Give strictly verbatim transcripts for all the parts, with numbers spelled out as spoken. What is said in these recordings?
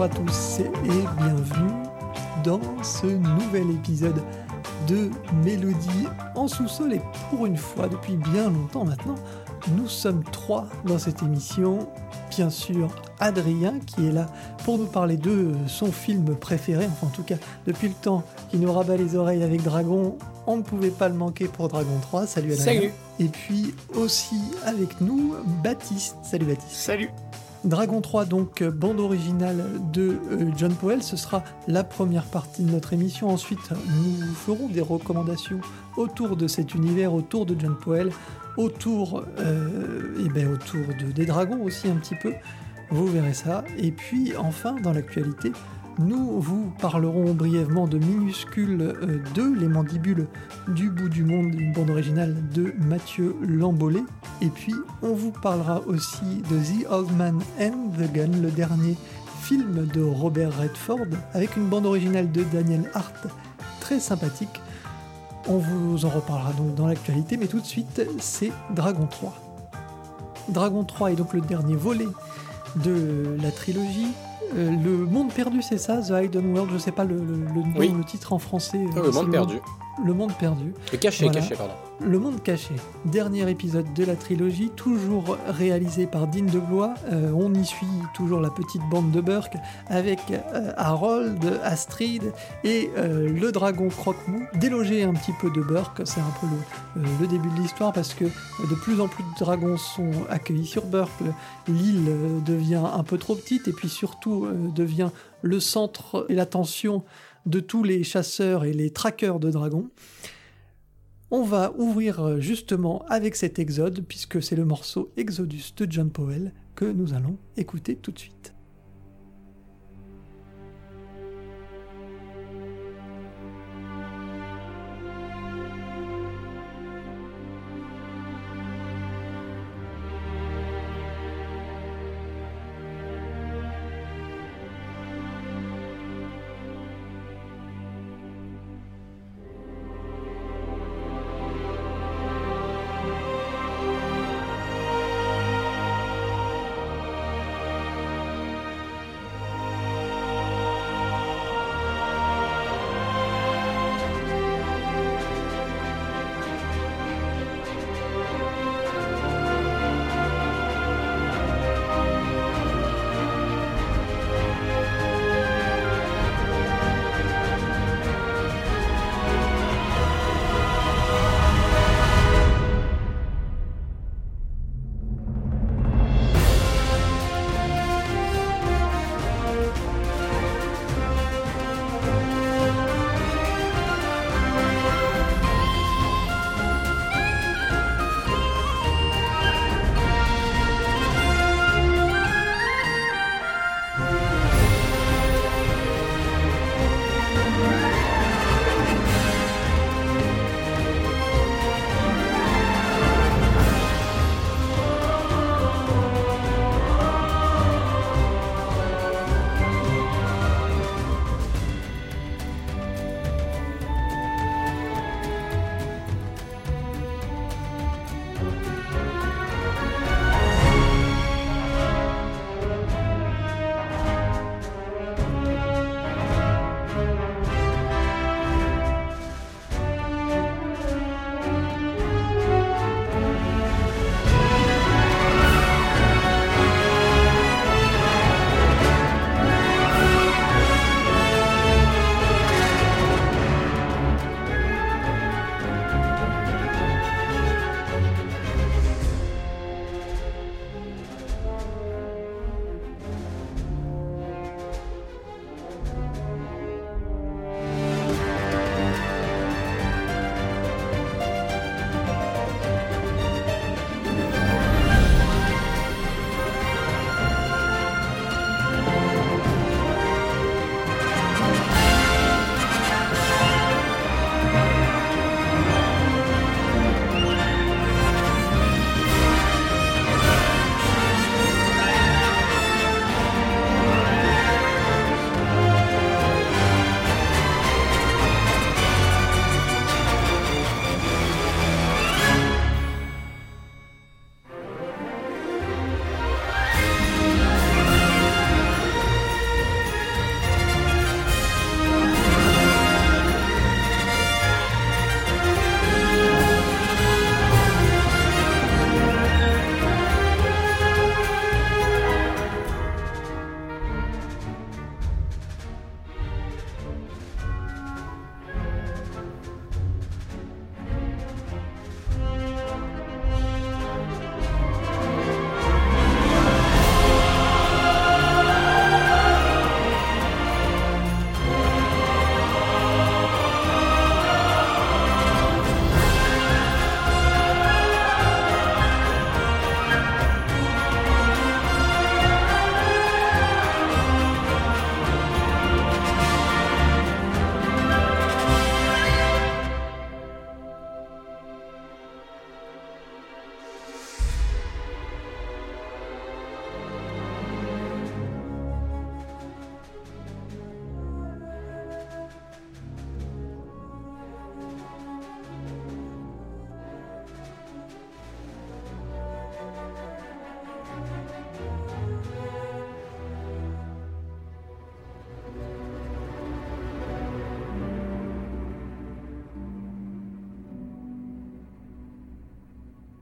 Bonjour à tous et bienvenue dans ce nouvel épisode de Mélodie en sous-sol. Et pour une fois, depuis bien longtemps maintenant, nous sommes trois dans cette émission. Bien sûr, Adrien qui est là pour nous parler de son film préféré, enfin en tout cas depuis le temps qu'il nous rabat les oreilles avec Dragon, on ne pouvait pas le manquer pour Dragon trois. Salut Adrien. Salut. Et puis aussi avec nous, Baptiste. Salut Baptiste. Salut. Dragon trois, donc bande originale de euh, John Powell, ce sera la première partie de notre émission. Ensuite, nous ferons des recommandations autour de cet univers, autour de John Powell, autour, euh, et ben autour de, des dragons aussi un petit peu. Vous verrez ça. Et puis enfin, dans l'actualité, nous vous parlerons brièvement de Minuscule euh, deux, les mandibules du bout du monde, une bande originale de Mathieu Lambollet. Et puis, on vous parlera aussi de The Old Man and the Gun, le dernier film de Robert Redford, avec une bande originale de Daniel Hart, très sympathique. On vous en reparlera donc dans l'actualité, mais tout de suite, c'est Dragon trois. Dragon trois est donc le dernier volet de la trilogie. Euh, le Monde Perdu, c'est ça, The Hidden World, je sais pas le, le, le nom, oui. le titre en français. Oh, le Monde le Perdu. Monde, le Monde Perdu. Le caché, Voilà. caché, pardon. Le Monde Caché, dernier épisode de la trilogie, toujours réalisé par Dean DeBlois. Euh, on y suit toujours la petite bande de Burke avec euh, Harold, Astrid et euh, le dragon Croque-Mou. Délogé un petit peu de Burke, c'est un peu le, euh, le début de l'histoire parce que de plus en plus de dragons sont accueillis sur Burke. L'île euh, devient un peu trop petite et puis surtout euh, devient le centre et l'attention de tous les chasseurs et les traqueurs de dragons. On va ouvrir justement avec cet exode, puisque c'est le morceau Exodus de John Powell que nous allons écouter tout de suite.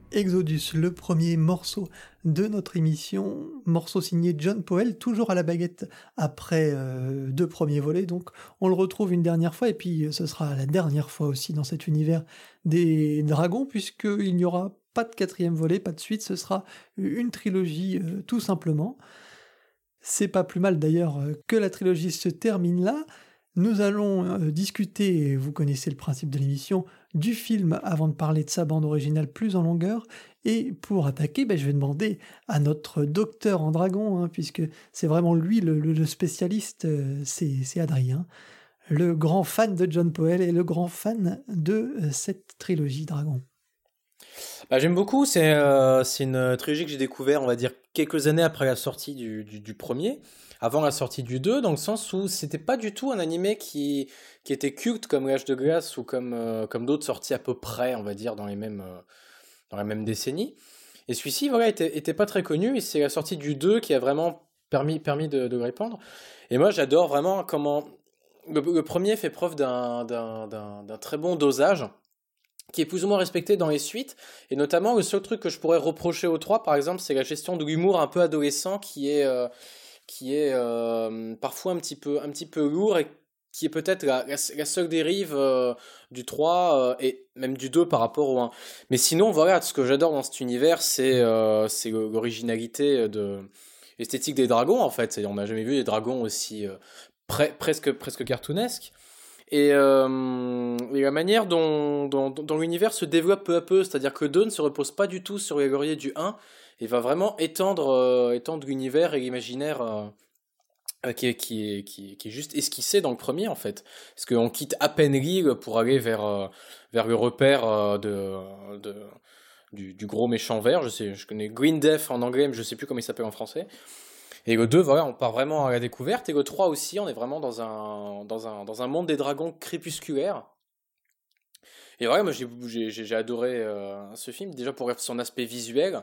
Exodus, le premier morceau de notre émission, morceau signé John Powell, toujours à la baguette après euh, deux premiers volets, donc on le retrouve une dernière fois, et puis ce sera la dernière fois aussi dans cet univers des dragons, puisqu'il n'y aura pas de quatrième volet, pas de suite, ce sera une trilogie euh, tout simplement. C'est pas plus mal d'ailleurs euh, que la trilogie se termine là. Nous allons euh, discuter, vous connaissez le principe de l'émission, du film avant de parler de sa bande originale plus en longueur. Et pour attaquer, ben, je vais demander à notre docteur en dragon, hein, puisque c'est vraiment lui le, le, le spécialiste, euh, c'est, c'est Adrien, le grand fan de John Powell et le grand fan de euh, cette trilogie Dragon. Bah, j'aime beaucoup, c'est, euh, c'est une trilogie que j'ai découvert, on va dire, quelques années après la sortie du, du, du premier, avant la sortie du deux, dans le sens où c'était pas du tout un animé qui, qui était culte comme L'Âge de Glace ou comme, euh, comme d'autres sorties à peu près, on va dire, dans les mêmes, euh, dans la même décennie. Et celui-ci, voilà, était, était pas très connu, et c'est la sortie du deux qui a vraiment permis, permis de, de le répandre. Et moi, j'adore vraiment comment le, le premier fait preuve d'un, d'un, d'un, d'un très bon dosage, qui est plus ou moins respecté dans les suites, et notamment le seul truc que je pourrais reprocher aux trois, par exemple, c'est la gestion de l'humour un peu adolescent qui est, euh, qui est euh, parfois un petit peu, un petit peu lourd, et qui est peut-être la, la, la seule dérive euh, du trois, euh, et même du deux par rapport au un. Mais sinon, voilà, ce que j'adore dans cet univers, c'est, euh, c'est l'originalité de l'esthétique des dragons, en fait. C'est-à-dire, on n'a jamais vu des dragons aussi euh, pre- presque, presque cartoonesques. Et, euh, et la manière dont, dont, dont l'univers se développe peu à peu, c'est-à-dire que deux ne se repose pas du tout sur les lauriers du un, et va vraiment étendre, euh, étendre l'univers et l'imaginaire euh, qui, est, qui, est, qui, est, qui est juste esquissé dans le premier, en fait. Parce qu'on quitte à peine l'île pour aller vers, euh, vers le repère euh, de, de, du, du gros méchant vert. Je, sais, je connais Green Death en anglais, mais je ne sais plus comment il s'appelle en français. Et le deux, voilà, on part vraiment à la découverte. Et le trois aussi, on est vraiment dans un, dans un, dans un monde des dragons crépusculaires. Et voilà, moi j'ai, j'ai, j'ai adoré euh, ce film, déjà pour son aspect visuel.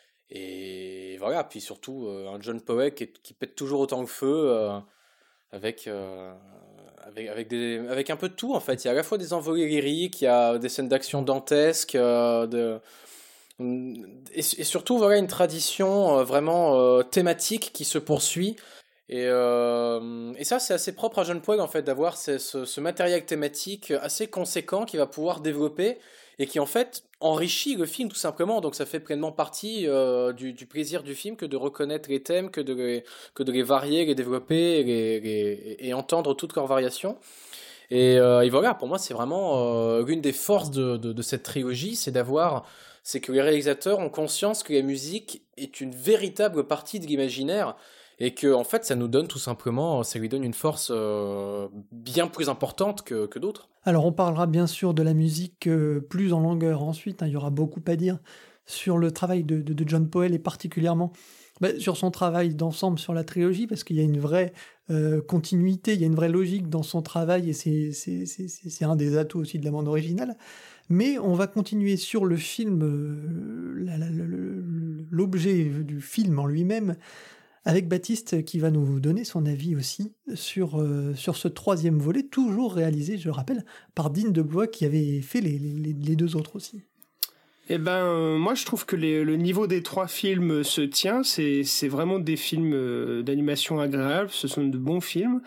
Et voilà, puis surtout euh, un John Powell qui, qui pète toujours autant le feu, euh, avec, euh, avec, avec, des, avec un peu de tout en fait. Il y a à la fois des envolées lyriques, il y a des scènes d'action dantesques, euh, de... Et, et surtout, voilà, une tradition euh, vraiment euh, thématique qui se poursuit. Et, euh, et ça, c'est assez propre à John Powell, en fait, d'avoir ce, ce, ce matériel thématique assez conséquent qu'il va pouvoir développer et qui, en fait, enrichit le film, tout simplement. Donc, ça fait pleinement partie euh, du, du plaisir du film que de reconnaître les thèmes, que de les, que de les varier, les développer et, les, les, et entendre toutes leurs variations. Et, euh, et voilà, pour moi, c'est vraiment euh, l'une des forces de, de, de cette trilogie, c'est d'avoir... c'est que les réalisateurs ont conscience que la musique est une véritable partie de l'imaginaire et que en fait ça nous donne tout simplement, ça lui donne une force euh, bien plus importante que, que d'autres. Alors on parlera bien sûr de la musique euh, plus en longueur ensuite, hein, il y aura beaucoup à dire sur le travail de, de, de John Powell et particulièrement bah, sur son travail d'ensemble sur la trilogie, parce qu'il y a une vraie euh, continuité, il y a une vraie logique dans son travail et c'est, c'est, c'est, c'est, c'est un des atouts aussi de la bande originale. Mais on va continuer sur le film, euh, la, la, la, l'objet du film en lui-même, avec Baptiste qui va nous donner son avis aussi sur, euh, sur ce troisième volet, toujours réalisé, je rappelle, par Dean DeBlois qui avait fait les, les, les deux autres aussi. Eh ben, euh, moi je trouve que les, le niveau des trois films se tient, c'est, c'est vraiment des films euh, d'animation agréables, ce sont de bons films.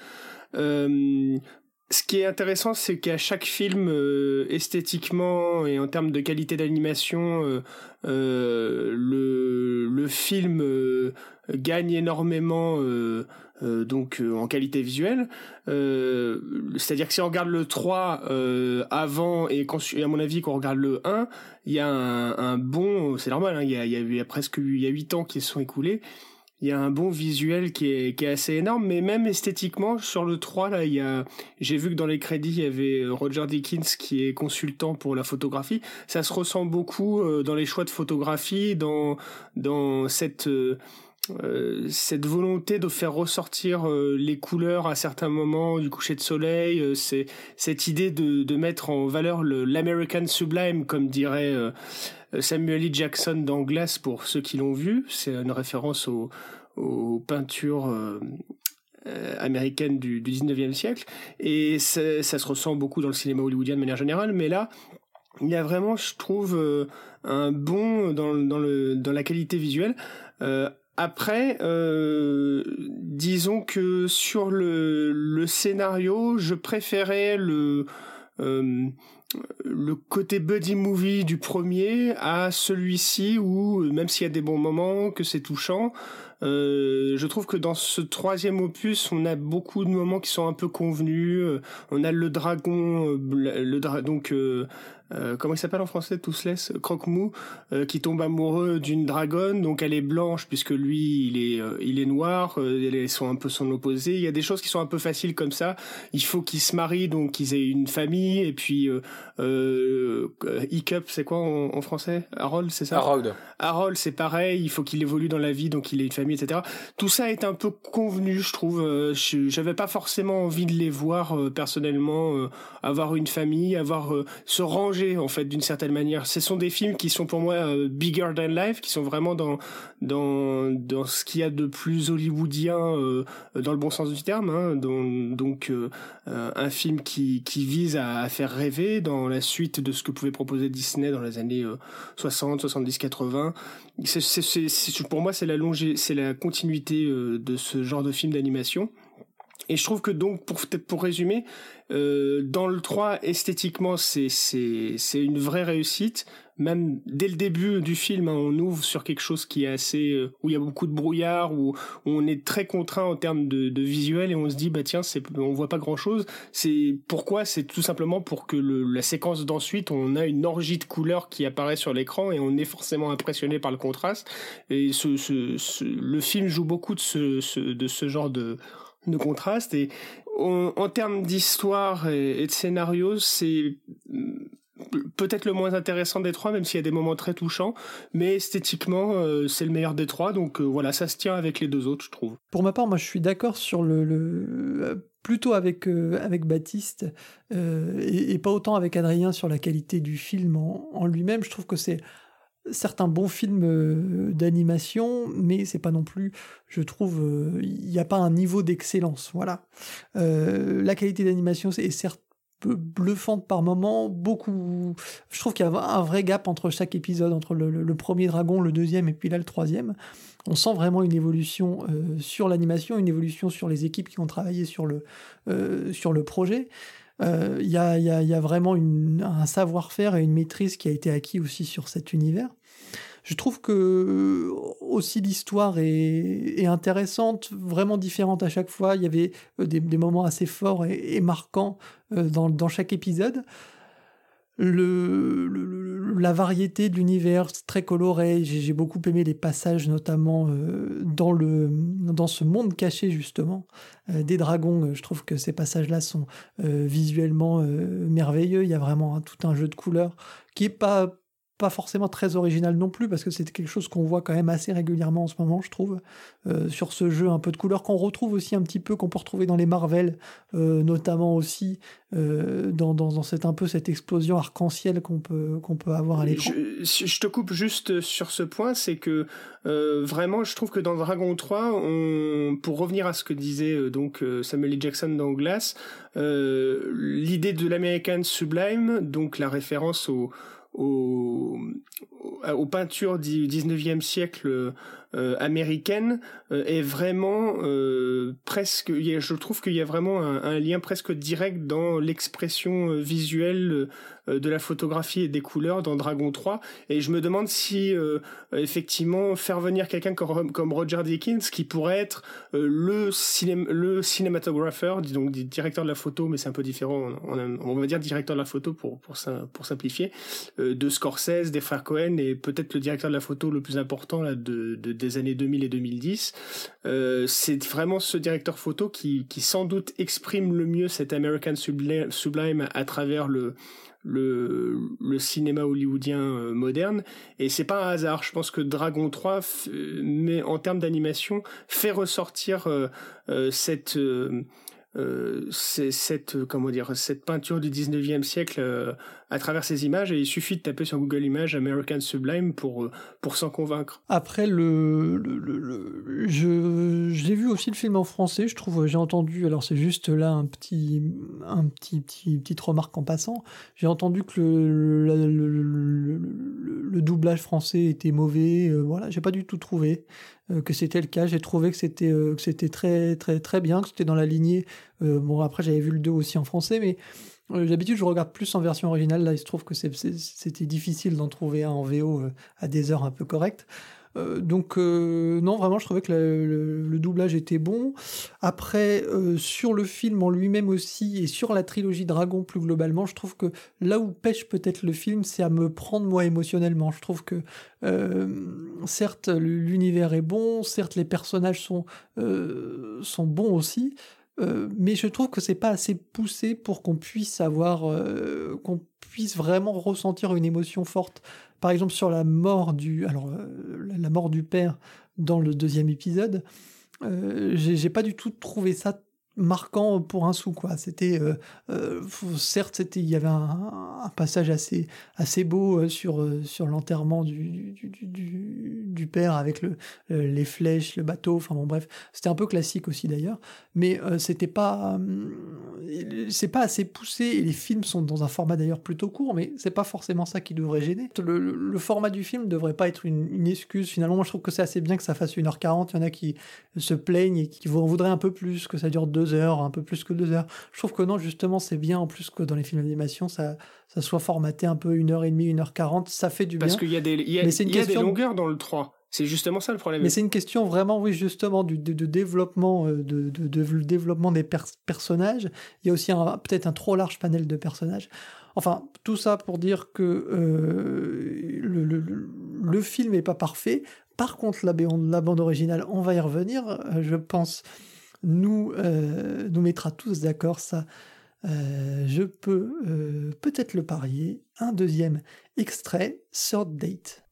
Euh, Ce qui est intéressant, c'est qu'à chaque film, euh, esthétiquement et en termes de qualité d'animation, euh, euh, le, le film euh, gagne énormément euh, euh, donc euh, en qualité visuelle. Euh, c'est-à-dire que si on regarde le trois euh, avant et, quand, et à mon avis qu'on regarde le un, il y a un, un bon... C'est normal, hein, il y a, il y a, il y a presque il y a huit ans qui se sont écoulés. Il y a un bon visuel qui est, qui est assez énorme, mais même esthétiquement, sur le trois, là, il y a, j'ai vu que dans les crédits, il y avait Roger Deakins qui est consultant pour la photographie. Ça se ressent beaucoup euh, dans les choix de photographie, dans, dans cette, euh, euh, cette volonté de faire ressortir euh, les couleurs à certains moments du coucher de soleil, euh, c'est, cette idée de, de mettre en valeur le, l'American Sublime, comme dirait euh, Samuel L. Jackson dans Glass, pour ceux qui l'ont vu. C'est une référence aux, aux peintures euh, euh, américaines du, du dix-neuvième siècle. Et ça, ça se ressent beaucoup dans le cinéma hollywoodien de manière générale. Mais là, il y a vraiment, je trouve, euh, un bond dans, dans, le, dans la qualité visuelle. Euh, après, euh, disons que sur le, le scénario, je préférais le... Euh, le côté buddy movie du premier à celui-ci où, même s'il y a des bons moments, que c'est touchant, euh, je trouve que dans ce troisième opus, on a beaucoup de moments qui sont un peu convenus. On a le dragon, le dra- donc euh, euh, comment il s'appelle en français, Toothless, Croque-Mou, euh, qui tombe amoureux d'une dragonne, donc elle est blanche puisque lui il est euh, il est noir, euh, elles sont un peu son opposé. Il y a des choses qui sont un peu faciles comme ça. Il faut qu'ils se marient, donc qu'ils aient une famille, et puis euh, euh, Hiccup, c'est quoi en, en français, Harold, c'est ça? Harold. Harold, c'est pareil, il faut qu'il évolue dans la vie, donc il ait une famille, et cetera. Tout ça est un peu convenu, je trouve. Euh, je, j'avais pas forcément envie de les voir euh, personnellement, euh, avoir une famille, avoir euh, se ranger en fait d'une certaine manière. Ce sont des films qui sont pour moi euh, bigger than life, qui sont vraiment dans dans dans ce qu'il y a de plus hollywoodien euh, dans le bon sens du terme. Hein, dans, donc euh, un film qui qui vise à, à faire rêver dans la suite de ce que pouvait proposer Disney dans les années euh, soixante, soixante-dix, quatre-vingts. C'est, c'est, c'est, c'est, pour moi, c'est la longé, c'est la continuité euh, de ce genre de film d'animation. Et je trouve que donc, pour peut-être pour résumer, euh, dans le trois, esthétiquement, c'est c'est c'est une vraie réussite. Même dès le début du film, hein, on ouvre sur quelque chose qui est assez euh, où il y a beaucoup de brouillard, où, où on est très contraint en termes de, de visuel, et on se dit bah tiens, c'est on voit pas grand-chose. C'est pourquoi c'est tout simplement pour que le, la séquence d'ensuite, on a une orgie de couleurs qui apparaît sur l'écran et on est forcément impressionné par le contraste. Et ce, ce, ce le film joue beaucoup de ce, ce de ce genre de de contraste, et en, en termes d'histoire et, et de scénario, c'est peut-être le moins intéressant des trois, même s'il y a des moments très touchants, mais esthétiquement euh, c'est le meilleur des trois, donc euh, voilà, ça se tient avec les deux autres, je trouve. Pour ma part, moi je suis d'accord sur le, le plutôt avec euh, avec Baptiste euh, et, et pas autant avec Adrien sur la qualité du film en, en lui-même. Je trouve que c'est certes un bon film euh, d'animation, mais c'est pas non plus, je trouve, il euh, n'y a pas un niveau d'excellence. Voilà. Euh, la qualité d'animation est certes peu bluffante par moment, beaucoup. Je trouve qu'il y a un vrai gap entre chaque épisode, entre le, le, le premier dragon, le deuxième et puis là le troisième. On sent vraiment une évolution euh, sur l'animation, une évolution sur les équipes qui ont travaillé sur le euh, sur le projet. Il euh, y, a, y, a, y a vraiment une, un savoir-faire et une maîtrise qui a été acquis aussi sur cet univers. Je trouve que aussi l'histoire est, est intéressante, vraiment différente à chaque fois. Il y avait des, des moments assez forts et, et marquants euh, dans, dans chaque épisode. Le, le, la variété de l'univers, très coloré. J'ai, j'ai beaucoup aimé les passages, notamment euh, dans, le, dans ce monde caché, justement, euh, des dragons. Je trouve que ces passages-là sont euh, visuellement euh, merveilleux. Il y a vraiment hein, tout un jeu de couleurs qui n'est pas, pas forcément très original non plus, parce que c'est quelque chose qu'on voit quand même assez régulièrement en ce moment, je trouve, euh, sur ce jeu un peu de couleurs, qu'on retrouve aussi un petit peu, qu'on peut retrouver dans les Marvel, euh, notamment aussi euh, dans, dans, dans cette, un peu cette explosion arc-en-ciel qu'on peut, qu'on peut avoir à l'écran. Je, je te coupe juste sur ce point, c'est que euh, vraiment, je trouve que dans Dragon trois, on, pour revenir à ce que disait euh, donc Samuel L. Jackson dans Glass, euh, l'idée de l'American Sublime, donc la référence au Aux, aux peintures du dix-neuvième siècle euh, américaines euh, est vraiment euh, presque, il y a, je trouve qu'il y a vraiment un, un lien presque direct dans l'expression euh, visuelle euh, de la photographie et des couleurs dans Dragon trois, et je me demande si euh, effectivement faire venir quelqu'un comme, comme Roger Deakins, qui pourrait être euh, le, ciné- le cinématographeur, donc directeur de la photo, mais c'est un peu différent, on, on, on va dire directeur de la photo pour, pour, pour simplifier, euh, de Scorsese, des frères Cohen, et peut-être le directeur de la photo le plus important là, de, de, des années deux mille et deux mille dix. Euh, c'est vraiment ce directeur photo qui, qui sans doute exprime le mieux cet American Sublime, Sublime à travers le le le cinéma hollywoodien euh, moderne, et c'est pas un hasard. Je pense que Dragon trois f- mais en termes d'animation fait ressortir euh, euh, cette euh, Euh, c'est cette comment dire cette peinture du dix-neuvième siècle euh, à travers ces images, et il suffit de taper sur Google Images American Sublime pour, pour s'en convaincre. Après, le, le, le, le je, j'ai vu aussi le film en français, je trouve, j'ai entendu, alors c'est juste là un petit, un petit, petit, petite remarque en passant, j'ai entendu que le, le, le, le, le, le doublage français était mauvais, euh, voilà, j'ai pas du tout trouvé euh, que c'était le cas, j'ai trouvé que c'était, euh, que c'était très, très, très bien, que c'était dans la lignée, euh, bon après j'avais vu le deux aussi en français, mais Euh, d'habitude, je regarde plus en version originale. Là, il se trouve que c'est, c'est, c'était difficile d'en trouver un en V O euh, à des heures un peu correctes. Euh, donc, euh, non, vraiment, je trouvais que le, le, le doublage était bon. Après, euh, sur le film en lui-même aussi, et sur la trilogie Dragon plus globalement, je trouve que là où pêche peut-être le film, c'est à me prendre moi émotionnellement. Je trouve que, euh, certes, l'univers est bon, certes, les personnages sont, euh, sont bons aussi. Euh, mais je trouve que c'est pas assez poussé pour qu'on puisse avoir, euh, qu'on puisse vraiment ressentir une émotion forte. Par exemple, sur la mort du, alors euh, la mort du père dans le deuxième épisode, euh, j'ai, j'ai pas du tout trouvé ça marquant pour un sou, quoi. C'était, euh, euh, certes, c'était, il y avait un, un passage assez, assez beau euh, sur, euh, sur l'enterrement du, du, du, du, du père avec le, euh, les flèches, le bateau, enfin bon, bref, c'était un peu classique aussi d'ailleurs, mais euh, c'était pas, euh, c'est pas assez poussé, et les films sont dans un format d'ailleurs plutôt court, mais c'est pas forcément ça qui devrait gêner. Le, le, le format du film devrait pas être une, une excuse, finalement. Moi, je trouve que c'est assez bien que ça fasse une heure quarante, il y en a qui se plaignent et qui voudraient un peu plus, que ça dure deux heures, un peu plus que deux heures. Je trouve que non, justement, c'est bien, en plus que dans les films d'animation, ça, ça soit formaté un peu une heure et demie, une heure quarante, ça fait du bien. Parce qu'il y a des, il y a, mais c'est une il y a question des longueurs dans le trois. C'est justement ça le problème. Mais c'est une question vraiment, oui, justement, du, de, de développement, de, de, de, de développement des pers- personnages. Il y a aussi un, peut-être un trop large panel de personnages. Enfin, tout ça pour dire que euh, le, le, le film n'est pas parfait. Par contre, la, la bande originale, on va y revenir, euh, je pense, nous, euh, nous mettra tous d'accord. Ça, euh, je peux euh, peut-être le parier. Un deuxième extrait, Third Date.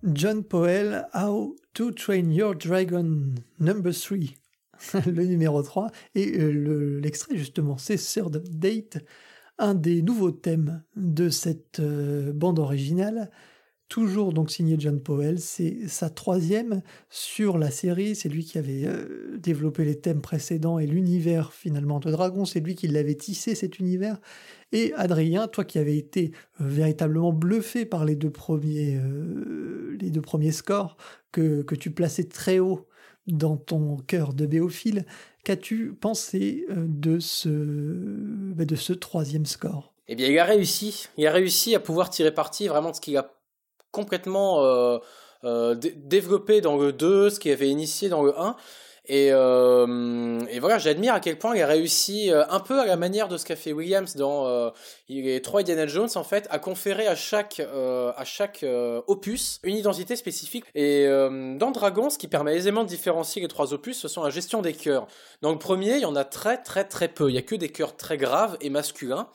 John Powell, How to Train Your Dragon number three, le numéro trois, et euh, le, l'extrait justement, c'est Third Update, un des nouveaux thèmes de cette euh, bande originale, toujours donc signé John Powell, c'est sa troisième sur la série, c'est lui qui avait euh, développé les thèmes précédents et l'univers finalement de Dragon, c'est lui qui l'avait tissé cet univers. Et Adrien, toi qui avais été euh, véritablement bluffé par les deux premiers, euh, les deux premiers scores que, que tu plaçais très haut dans ton cœur de béophile, qu'as-tu pensé euh, de, ce, bah, de ce troisième score ? Eh bien, il a réussi. Il a réussi à pouvoir tirer parti vraiment de ce qu'il a complètement euh, euh, d- développé dans le deux, ce qu'il avait initié dans le un. Et, euh, et voilà, j'admire à quel point il a réussi, euh, un peu à la manière de ce qu'a fait Williams dans euh, les trois Indiana Jones, en fait, à conférer à chaque, euh, à chaque euh, opus une identité spécifique. Et euh, dans Dragon, ce qui permet aisément de différencier les trois opus, ce sont la gestion des chœurs. Dans le premier, il y en a très très très peu. Il y a que des chœurs très graves et masculins.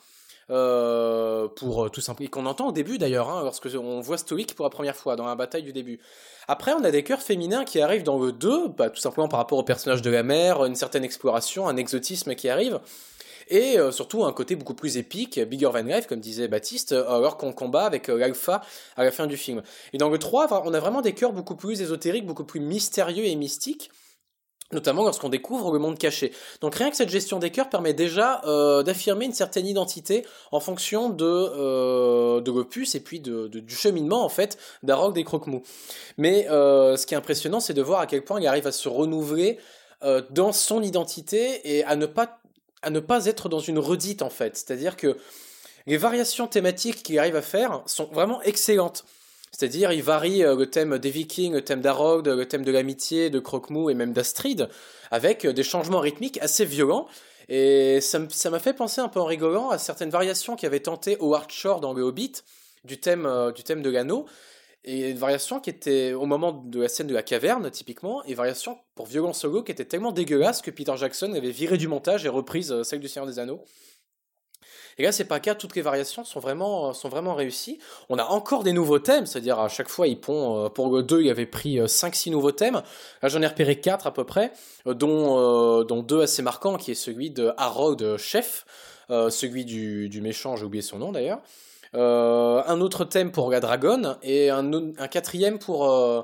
Euh, pour tout simplement, et qu'on entend au début d'ailleurs, hein, lorsque on voit Stoic pour la première fois dans la bataille du début. Après, on a des chœurs féminins qui arrivent dans le deux, bah, tout simplement par rapport au personnage de la mère, une certaine exploration, un exotisme qui arrive, et euh, surtout un côté beaucoup plus épique, bigger than life, comme disait Baptiste, alors qu'on combat avec euh, l'alpha à la fin du film. Et dans le trois, on a vraiment des chœurs beaucoup plus ésotériques, beaucoup plus mystérieux et mystiques, notamment lorsqu'on découvre le monde caché. Donc rien que cette gestion des chœurs permet déjà euh, d'affirmer une certaine identité en fonction de, euh, de l'opus et puis de, de, du cheminement en fait d'Arog des Croque-Mous. Mais euh, ce qui est impressionnant, c'est de voir à quel point il arrive à se renouveler euh, dans son identité et à ne pas, à ne pas être dans une redite en fait. C'est-à-dire que les variations thématiques qu'il arrive à faire sont vraiment excellentes. C'est-à-dire, il varie euh, le thème des Vikings, le thème d'Arog, le thème de l'amitié, de Croque-Mou et même d'Astrid, avec euh, des changements rythmiques assez violents. Et ça, m- ça m'a fait penser un peu en rigolant à certaines variations qu'avait tenté Howard Shore dans le Hobbit, du thème, euh, du thème de l'anneau, et une variation qui était, au moment de la scène de la caverne, typiquement, et variation pour violon solo qui était tellement dégueulasse que Peter Jackson avait viré du montage et reprise euh, celle du Seigneur des Anneaux. Et là, c'est pas le cas, toutes les variations sont vraiment, sont vraiment réussies. On a encore des nouveaux thèmes, c'est-à-dire à chaque fois, ils pondent, pour le deux, il avait pris cinq six nouveaux thèmes. Là, j'en ai repéré quatre à peu près, dont, euh, dont deux assez marquants, qui est celui de Harrod Chef, euh, celui du, du méchant, j'ai oublié son nom d'ailleurs. Euh, un autre thème pour la dragonne, et un, un quatrième pour... Euh,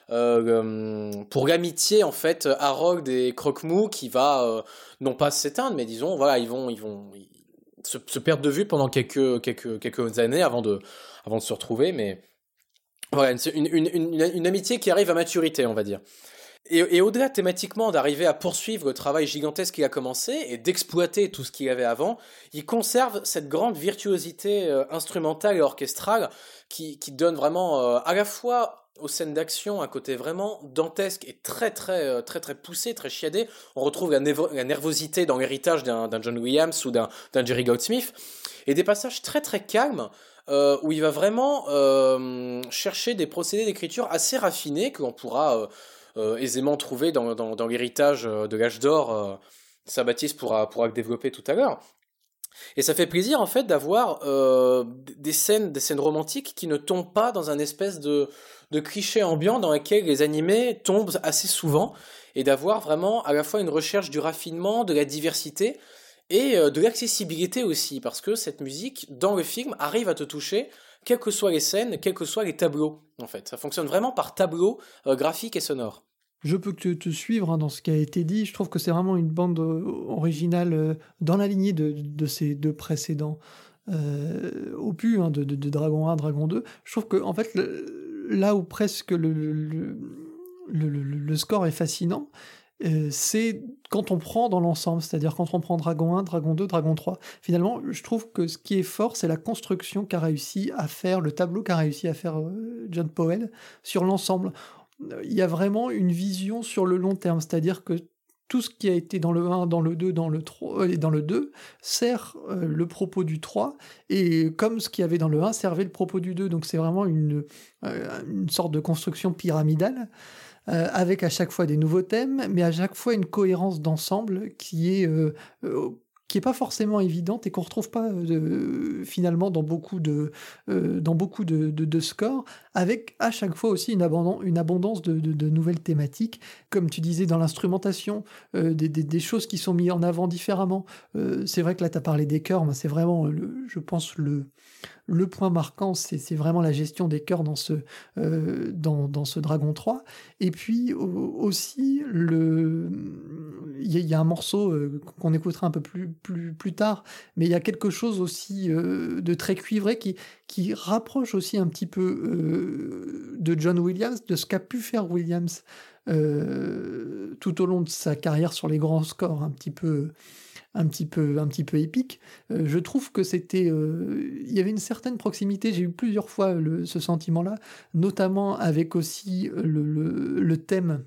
Euh, pour l'amitié en fait Harrod et Croque-Mou qui va euh, non pas s'éteindre mais disons voilà ils vont ils vont ils se, se perdre de vue pendant quelques quelques quelques années avant de avant de se retrouver mais voilà une une une, une amitié qui arrive à maturité on va dire. Et, et au-delà thématiquement d'arriver à poursuivre le travail gigantesque qu'il a commencé et d'exploiter tout ce qu'il avait avant, il conserve cette grande virtuosité euh, instrumentale et orchestrale qui, qui donne vraiment euh, à la fois aux scènes d'action un côté vraiment dantesque et très très très très, très poussé, très chiadé. On retrouve la, nevo- la nervosité dans l'héritage d'un, d'un John Williams ou d'un, d'un Jerry Goldsmith et des passages très très calmes euh, où il va vraiment euh, chercher des procédés d'écriture assez raffinés que l'on pourra euh, Euh, aisément trouvé dans, dans, dans l'héritage de l'âge d'or. Euh, Saint-Baptiste pourra, pourra le développer tout à l'heure. Et ça fait plaisir en fait d'avoir euh, des scènes, des scènes romantiques qui ne tombent pas dans un espèce de, de cliché ambiant dans lequel les animés tombent assez souvent, et d'avoir vraiment à la fois une recherche du raffinement, de la diversité et euh, de l'accessibilité aussi, parce que cette musique dans le film arrive à te toucher quelles que soient les scènes, quels que soient les tableaux, en fait. Ça fonctionne vraiment par tableau euh, graphique et sonore. Je peux que te suivre hein, dans ce qui a été dit. Je trouve que c'est vraiment une bande originale euh, dans la lignée de, de ces deux précédents euh, opus, hein, de, de, de Dragon un, Dragon deux. Je trouve que, en fait, le, là où presque le, le, le, le, le score est fascinant, Euh, c'est quand on prend dans l'ensemble, c'est-à-dire quand on prend Dragon un, Dragon deux, Dragon trois. Finalement, je trouve que ce qui est fort, c'est la construction qu'a réussi à faire, le tableau qu'a réussi à faire euh, John Powell sur l'ensemble. Il y a vraiment une vision sur le long terme, c'est-à-dire que tout ce qui a été dans le un, dans le deux, dans le trois, et dans le deux sert euh, le propos du trois, et comme ce qu'il y avait dans le un servait le propos du deux. Donc c'est vraiment une, euh, une sorte de construction pyramidale, Euh, avec à chaque fois des nouveaux thèmes, mais à chaque fois une cohérence d'ensemble qui est euh, euh, qui est pas forcément évidente et qu'on retrouve pas euh, finalement dans beaucoup de euh, dans beaucoup de, de, de scores, avec à chaque fois aussi une, abondance, une abondance de, de, de nouvelles thématiques, comme tu disais dans l'instrumentation, euh, des, des, des choses qui sont mises en avant différemment. Euh, c'est vrai que là, tu as parlé des chœurs, mais c'est vraiment, le, je pense, le, le point marquant, c'est, c'est vraiment la gestion des chœurs dans ce, euh, dans, dans ce Dragon trois. Et puis au, aussi, le... il, y a, il y a un morceau euh, qu'on écoutera un peu plus, plus, plus tard, mais il y a quelque chose aussi euh, de très cuivré qui, qui rapproche aussi un petit peu euh, de John Williams, de ce qu'a pu faire Williams euh, tout au long de sa carrière sur les grands scores un petit peu... un petit peu, un petit peu épique. Euh, je trouve que c'était... Euh, il y avait une certaine proximité, j'ai eu plusieurs fois le, ce sentiment-là, notamment avec aussi le, le, le thème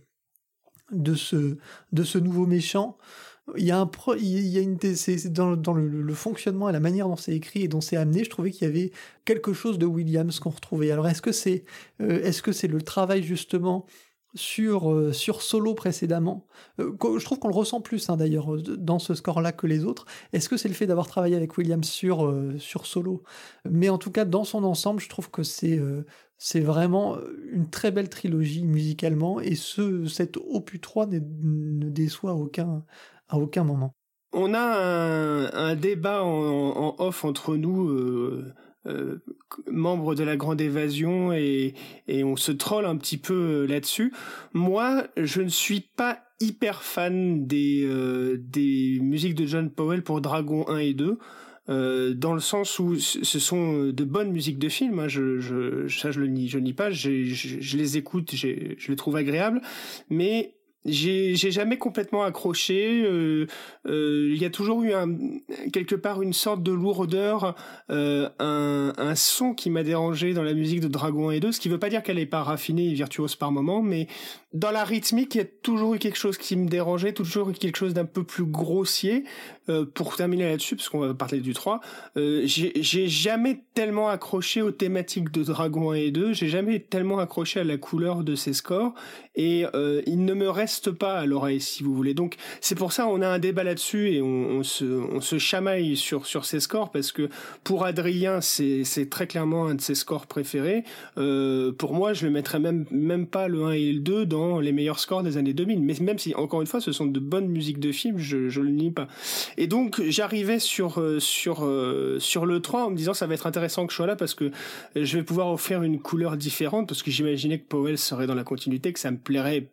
de ce, de ce nouveau méchant. Il y a un pro, il y a une, c'est, c'est dans, dans le, le fonctionnement et la manière dont c'est écrit et dont c'est amené, je trouvais qu'il y avait quelque chose de Williams qu'on retrouvait. Alors est-ce que c'est, euh, est-ce que c'est le travail justement sur, euh, sur Solo précédemment, euh, je trouve qu'on le ressent plus hein, d'ailleurs dans ce score-là que les autres. Est-ce que c'est le fait d'avoir travaillé avec Williams sur, euh, sur Solo? Mais en tout cas, dans son ensemble, je trouve que c'est, euh, c'est vraiment une très belle trilogie musicalement, et ce, cet opus trois ne, ne déçoit à aucun, à aucun moment. On a un, un débat en, en off entre nous, euh... Euh, membre de la Grande Évasion, et, et on se troll un petit peu là-dessus. Moi, je ne suis pas hyper fan des, euh, des musiques de John Powell pour Dragon un et deux, euh, dans le sens où ce sont de bonnes musiques de film, hein, je, je, ça je le nie, je nie pas, j'ai, je, je les écoute, j'ai, je les trouve agréables, mais J'ai, j'ai jamais complètement accroché. Euh, euh, il y a toujours eu un, quelque part une sorte de lourdeur, euh, un, un son qui m'a dérangé dans la musique de Dragon un et deux, ce qui veut pas dire qu'elle est pas raffinée et virtuose par moment, mais dans la rythmique, il y a toujours eu quelque chose qui me dérangeait, toujours eu quelque chose d'un peu plus grossier. Euh, pour terminer là-dessus, parce qu'on va parler du trois, euh, j'ai, j'ai jamais tellement accroché aux thématiques de Dragon un et deux, j'ai jamais tellement accroché à la couleur de ces scores, et euh, il ne me reste pas à l'oreille, si vous voulez. Donc c'est pour ça on a un débat là-dessus, et on, on se on se chamaille sur sur ces scores, parce que pour Adrien c'est c'est très clairement un de ses scores préférés. Euh, pour moi, je le mettrais même même pas le un et le deux dans les meilleurs scores des années deux mille, mais même si encore une fois ce sont de bonnes musiques de films, je je le nie pas. Et donc j'arrivais sur sur sur le trois en me disant ça va être intéressant que je sois là, parce que je vais pouvoir offrir une couleur différente, parce que j'imaginais que Powell serait dans la continuité, que ça me plairait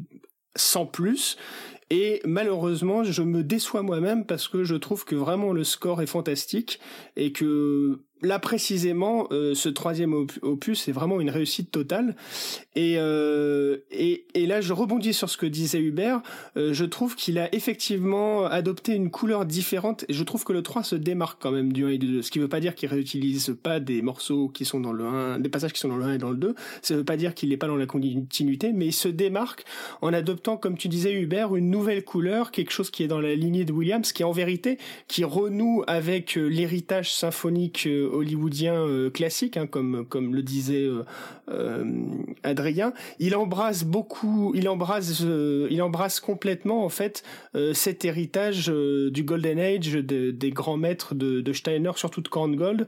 sans plus. Et malheureusement, je me déçois moi-même, parce que je trouve que vraiment le score est fantastique, et que là précisément, euh, ce troisième op- opus est vraiment une réussite totale. Et, euh, et, et là, je rebondis sur ce que disait Hubert. Euh, je trouve qu'il a effectivement adopté une couleur différente, et je trouve que le trois se démarque quand même du un et du deux. Ce qui veut pas dire qu'il réutilise pas des morceaux qui sont dans le un, des passages qui sont dans le un et dans le deux. Ça veut pas dire qu'il n'est pas dans la continuité, mais il se démarque en adoptant, comme tu disais Hubert, une nouvelle couleur, quelque chose qui est dans la lignée de Williams, qui en vérité, qui renoue avec euh, l'héritage symphonique euh, hollywoodien euh, classique, hein, comme comme le disait euh, euh, Adrien. Il embrasse beaucoup, il embrasse, euh, il embrasse complètement en fait euh, cet héritage euh, du Golden Age, de, des grands maîtres de, de Steiner, surtout de Korngold.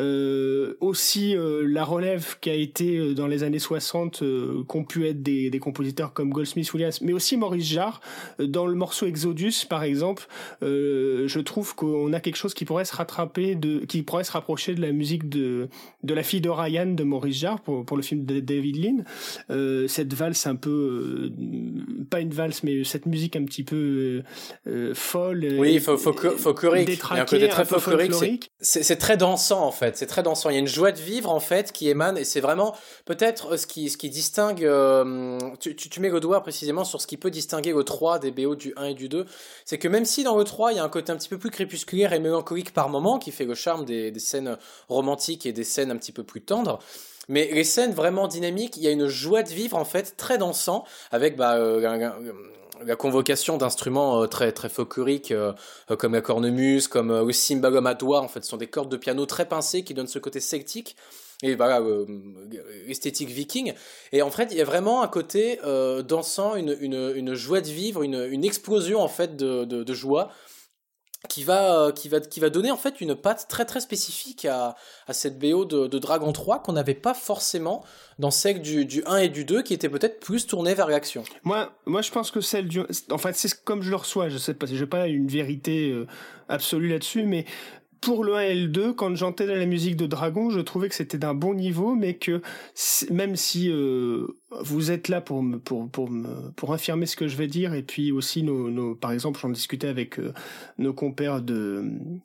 Euh, aussi euh, la relève qui a été euh, dans les années soixante, euh, qu'ont pu être des, des compositeurs comme Goldsmith, Williams, mais aussi Maurice Jarre. Euh, dans le morceau Exodus, par exemple, euh, je trouve qu'on a quelque chose qui pourrait se rattraper, de, qui pourrait se rapprocher de la musique de de la fille de Ryan de Maurice Jarre pour pour le film de David Lean. Euh, cette valse un peu, euh, pas une valse, mais cette musique un petit peu euh, folle. Oui, folklorique. Il y a un côté très folklorique. C'est, c'est, c'est très dansant en fait. C'est très dansant. Il y a une joie de vivre en fait qui émane, et c'est vraiment peut-être ce qui ce qui distingue. Euh, tu, tu tu mets le doigt précisément sur ce qui peut distinguer le trois des B O du un et du deux. C'est que même si dans le trois il y a un côté un petit peu plus crépusculaire et mélancolique par moment, qui fait le charme des, des scènes romantiques et des scènes un petit peu plus tendres. Mais les scènes vraiment dynamiques, il y a une joie de vivre en fait très dansant, avec bah euh, la, la, la convocation d'instruments euh, très très folkloriques euh, comme la cornemuse, comme euh, le cymbalum à doigts. En fait, ce sont des cordes de piano très pincées qui donnent ce côté celtique. Et voilà, euh, esthétique viking. Et en fait, il y a vraiment un côté euh, dansant, une, une, une joie de vivre, une, une explosion en fait de, de, de joie. qui va, qui va, qui va donner en fait une patte très très spécifique à, à cette B O de, de Dragon trois qu'on n'avait pas forcément dans celle du, du un et du deux qui était peut-être plus tournée vers l'action. Moi, moi, je pense que celle du, enfin, c'est comme je le reçois, je sais pas, j'ai pas une vérité euh, absolue là-dessus, mais pour le un et le deux, quand j'entendais la musique de Dragon, je trouvais que c'était d'un bon niveau, mais que même si euh, vous êtes là pour me, pour pour me, pour infirmer ce que je vais dire, et puis aussi nos, nos par exemple, j'en discutais avec euh, nos compères de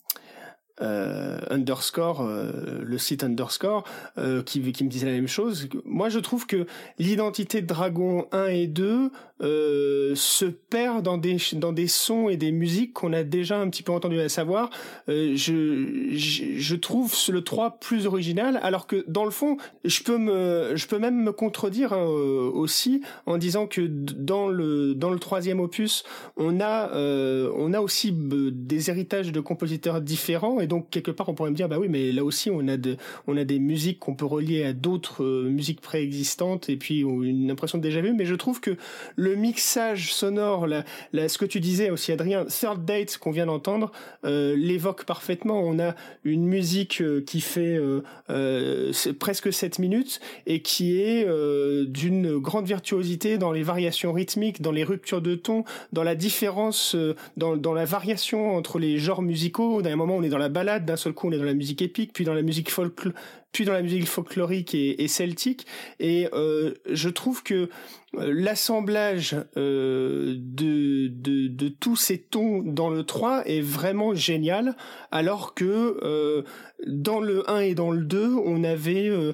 Euh, underscore euh, le site underscore euh, qui, qui me disait la même chose. Moi je trouve que l'identité de Dragon un et deux euh, se perd dans des dans des sons et des musiques qu'on a déjà un petit peu entendu, à savoir euh, je, je je trouve le trois plus original, alors que dans le fond je peux me je peux même me contredire hein, euh, aussi en disant que dans le dans le troisième opus on a euh, on a aussi b- des héritages de compositeurs différents. Et donc quelque part on pourrait me dire bah oui, mais là aussi on a de on a des musiques qu'on peut relier à d'autres euh, musiques préexistantes et puis une impression de déjà vu. Mais je trouve que le mixage sonore, la, la, ce que tu disais aussi Adrien, Third Date qu'on vient d'entendre euh, l'évoque parfaitement. On a une musique euh, qui fait euh, euh, presque sept minutes et qui est euh, d'une grande virtuosité dans les variations rythmiques, dans les ruptures de ton, dans la différence, euh, dans, dans la variation entre les genres musicaux. D'un moment on est dans la balade, d'un seul coup on est dans la musique épique, puis dans la musique folk, puis dans la musique folklorique et, et celtique. Et euh, je trouve que euh, l'assemblage euh, de, de, de tous ces tons dans le trois est vraiment génial, alors que euh, dans le un et dans le deux, on avait euh,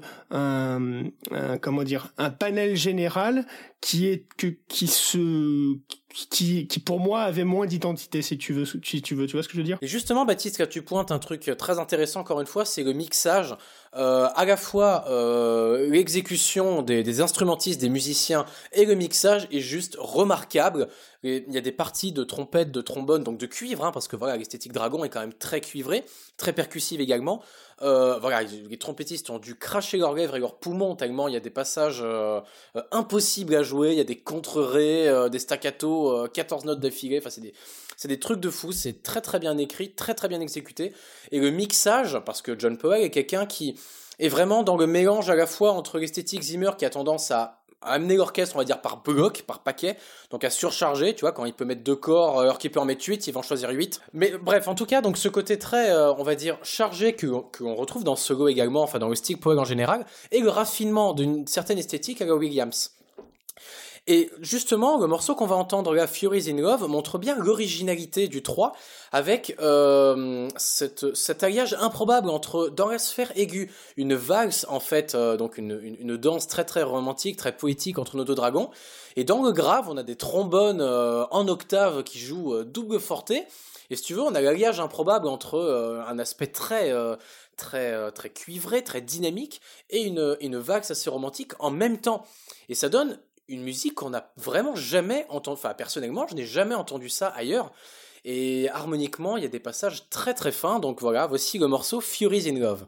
un, un comment dire un panel général qui est que qui se qui qui pour moi avait moins d'identité, si tu veux si tu veux tu vois ce que je veux dire. Et justement Baptiste, quand tu pointes un truc très intéressant encore une fois, c'est le mixage, euh, à la fois euh, l'exécution des, des instrumentistes, des musiciens, et le mixage est juste remarquable. Et il y a des parties de trompette, de trombone, donc de cuivre, hein, parce que voilà, l'esthétique Dragon est quand même très cuivrée, très percussive également. Euh, voilà, les trompettistes ont dû cracher leurs lèvres et leurs poumons tellement il y a des passages euh, euh, impossibles à jouer, il y a des contre-rés, euh, des staccatos, euh, quatorze notes d'affilée, enfin c'est des, c'est des trucs de fou, c'est très très bien écrit, très très bien exécuté. Et le mixage, parce que John Powell est quelqu'un qui est vraiment dans le mélange à la fois entre l'esthétique Zimmer qui a tendance à à amener l'orchestre, on va dire, par bloc, par paquet, donc à surcharger, tu vois, quand il peut mettre deux corps, alors qu'il peut en mettre huit, il va en choisir huit. Mais bref, en tout cas, donc ce côté très, euh, on va dire, chargé que qu'on retrouve dans Solo également, enfin dans le Stick Powell en général, et le raffinement d'une certaine esthétique à la Williams. Et justement, le morceau qu'on va entendre là, Furies in Love, montre bien l'originalité du trois, avec euh, cette, cet alliage improbable entre, dans la sphère aiguë, une valse, en fait, euh, donc une, une, une danse très très romantique, très poétique entre nos deux dragons, et dans le grave, on a des trombones euh, en octave qui jouent euh, double forté, et si tu veux, on a l'alliage improbable entre euh, un aspect très... Euh, très euh, très cuivré, très dynamique, et une, une valse assez romantique en même temps. Et ça donne une musique qu'on n'a vraiment jamais entendu, enfin personnellement je n'ai jamais entendu ça ailleurs, et harmoniquement il y a des passages très très fins, donc voilà, voici le morceau Furies in Love.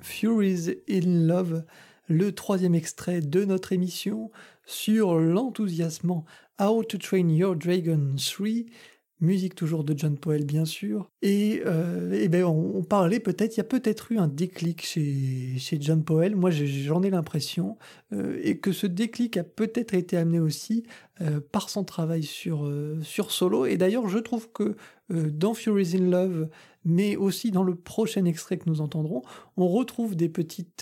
Furies in Love, le troisième extrait de notre émission sur l'enthousiasmant How to Train Your Dragon trois, musique toujours de John Powell bien sûr, et, euh, et ben on, on parlait peut-être, il y a peut-être eu un déclic chez, chez John Powell, moi j'ai, j'en ai l'impression, euh, et que ce déclic a peut-être été amené aussi euh, par son travail sur, euh, sur Solo, et d'ailleurs je trouve que euh, dans Furies in Love, mais aussi dans le prochain extrait que nous entendrons, on retrouve des petites...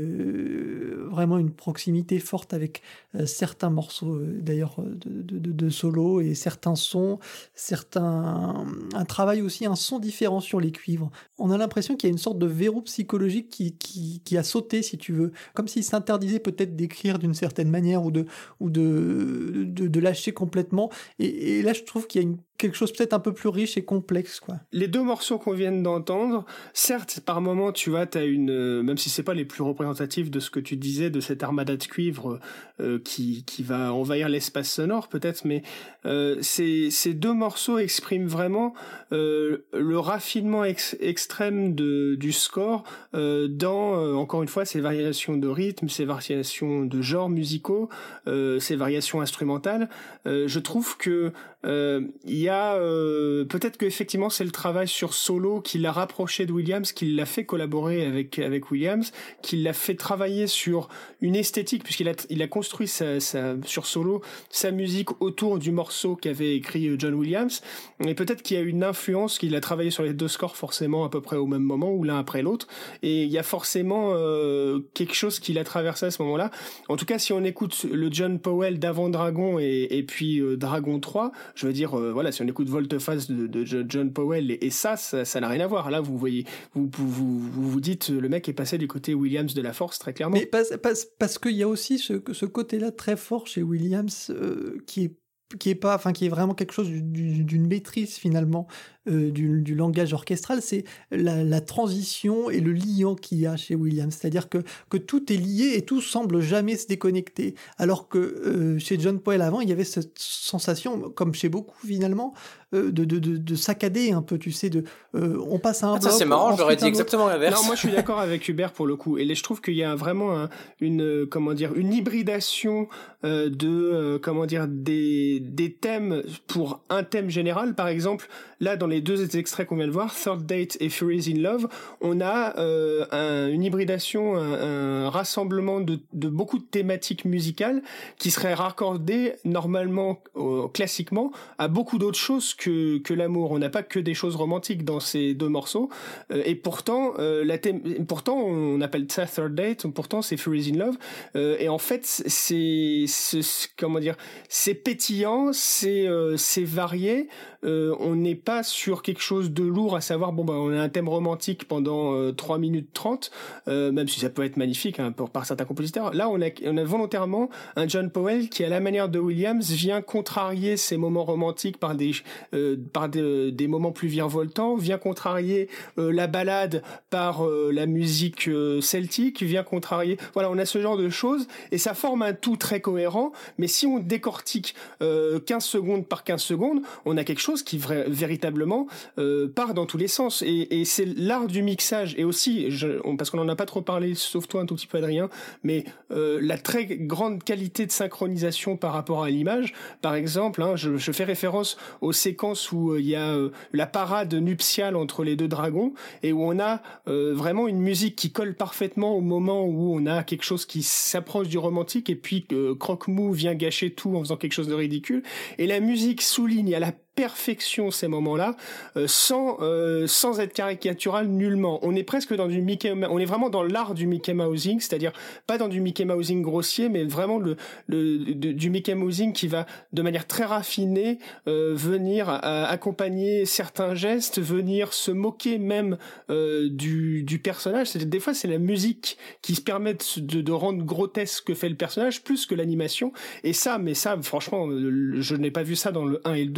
Euh, vraiment une proximité forte avec euh, certains morceaux, euh, d'ailleurs, de, de, de Solo, et certains sons, certains... un travail aussi, un son différent sur les cuivres. On a l'impression qu'il y a une sorte de verrou psychologique qui, qui, qui a sauté, si tu veux, comme s'il s'interdisait peut-être d'écrire d'une certaine manière, ou de, ou de, de, de lâcher complètement. Et, et là, je trouve qu'il y a une quelque chose peut-être un peu plus riche et complexe, quoi. Les deux morceaux qu'on vient d'entendre, certes, par moment, tu vois, t'as une, euh, même si c'est pas les plus représentatifs de ce que tu disais, de cette armada de cuivre euh, qui qui va envahir l'espace sonore, peut-être, mais euh, ces ces deux morceaux expriment vraiment euh, le raffinement ex- extrême de du score euh, dans euh, encore une fois ces variations de rythme, ces variations de genres musicaux, euh, ces variations instrumentales. Euh, je trouve que euh, il y a euh, peut-être que effectivement c'est le travail sur Solo qui l'a rapproché de Williams, qui l'a fait collaborer avec avec Williams, qui l'a fait travailler sur une esthétique, puisqu'il a il a construit sa, sa sur Solo sa musique autour du morceau qu'avait écrit John Williams, et peut-être qu'il y a une influence, qu'il a travaillé sur les deux scores forcément à peu près au même moment ou l'un après l'autre, et il y a forcément euh, quelque chose qui l'a traversé à ce moment-là. En tout cas, si on écoute le John Powell d'avant Dragon et, et puis euh, Dragon trois, je veux dire euh, voilà, si on écoute Volte-Face de, de John Powell et, et ça, ça, ça n'a rien à voir. Là, vous voyez, vous vous, vous vous dites, le mec est passé du côté Williams de la force, très clairement. Mais parce, parce, parce qu'il y a aussi ce, ce côté-là très fort chez Williams euh, qui est qui est pas, enfin qui est vraiment quelque chose d'une, d'une maîtrise finalement euh, du, du langage orchestral, c'est la, la transition et le liant qu'il y a chez Williams, c'est-à-dire que que tout est lié et tout semble jamais se déconnecter, alors que euh, chez John Powell avant il y avait cette sensation, comme chez beaucoup finalement, euh, de, de de de saccader un peu, tu sais, de euh, on passe à un ah, bloc. Ça c'est marrant, j'aurais dit exactement l'inverse. Non, moi je suis d'accord avec Hubert pour le coup, et je trouve qu'il y a vraiment un, une comment dire une hybridation euh, de euh, comment dire des des thèmes pour un thème général. Par exemple, là dans les deux extraits qu'on vient de voir, Third Date et Furies in Love, on a euh, un, une hybridation, un, un rassemblement de, de beaucoup de thématiques musicales qui seraient raccordées normalement, euh, classiquement, à beaucoup d'autres choses que que l'amour. On n'a pas que des choses romantiques dans ces deux morceaux, euh, et pourtant euh, la thème, pourtant on appelle ça Third Date, pourtant c'est Furies in Love, euh, et en fait c'est, c'est comment dire, c'est pétillant, c'est euh, c'est varié. Euh, on n'est pas sur quelque chose de lourd, à savoir bon bah on a un thème romantique pendant euh, trois minutes trente, euh, même si ça peut être magnifique hein, pour, par certains compositeurs. Là on a on a volontairement un John Powell qui, à la manière de Williams, vient contrarier ces moments romantiques par des euh, par de, des moments plus virevoltants, vient contrarier euh, la ballade par euh, la musique euh, celtique, vient contrarier, voilà, on a ce genre de choses et ça forme un tout très cohérent. Mais si on décortique euh, quinze secondes par quinze secondes, on a quelque chose qui vra- véritablement euh, part dans tous les sens, et, et c'est l'art du mixage, et aussi je, on, parce qu'on en a pas trop parlé, sauf toi un tout petit peu Adrien, mais euh, la très grande qualité de synchronisation par rapport à l'image. Par exemple hein, je, je fais référence aux séquences où il euh, y a euh, la parade nuptiale entre les deux dragons, et où on a euh, vraiment une musique qui colle parfaitement au moment où on a quelque chose qui s'approche du romantique, et puis euh, Croque-Mou vient gâcher tout en faisant quelque chose de ridicule, et la musique souligne à la perfection ces moments-là, euh, sans euh, sans être caricatural nullement. On est presque dans du Mickey, on est vraiment dans l'art du Mickey Mousing, c'est-à-dire pas dans du Mickey Mousing grossier, mais vraiment le, le de, du Mickey Mousing qui va de manière très raffinée euh, venir à, accompagner certains gestes, venir se moquer même euh, du du personnage. C'est des fois c'est la musique qui se permet de, de rendre grotesque ce que fait le personnage plus que l'animation. Et ça, mais ça franchement, je n'ai pas vu ça dans le un et le deux à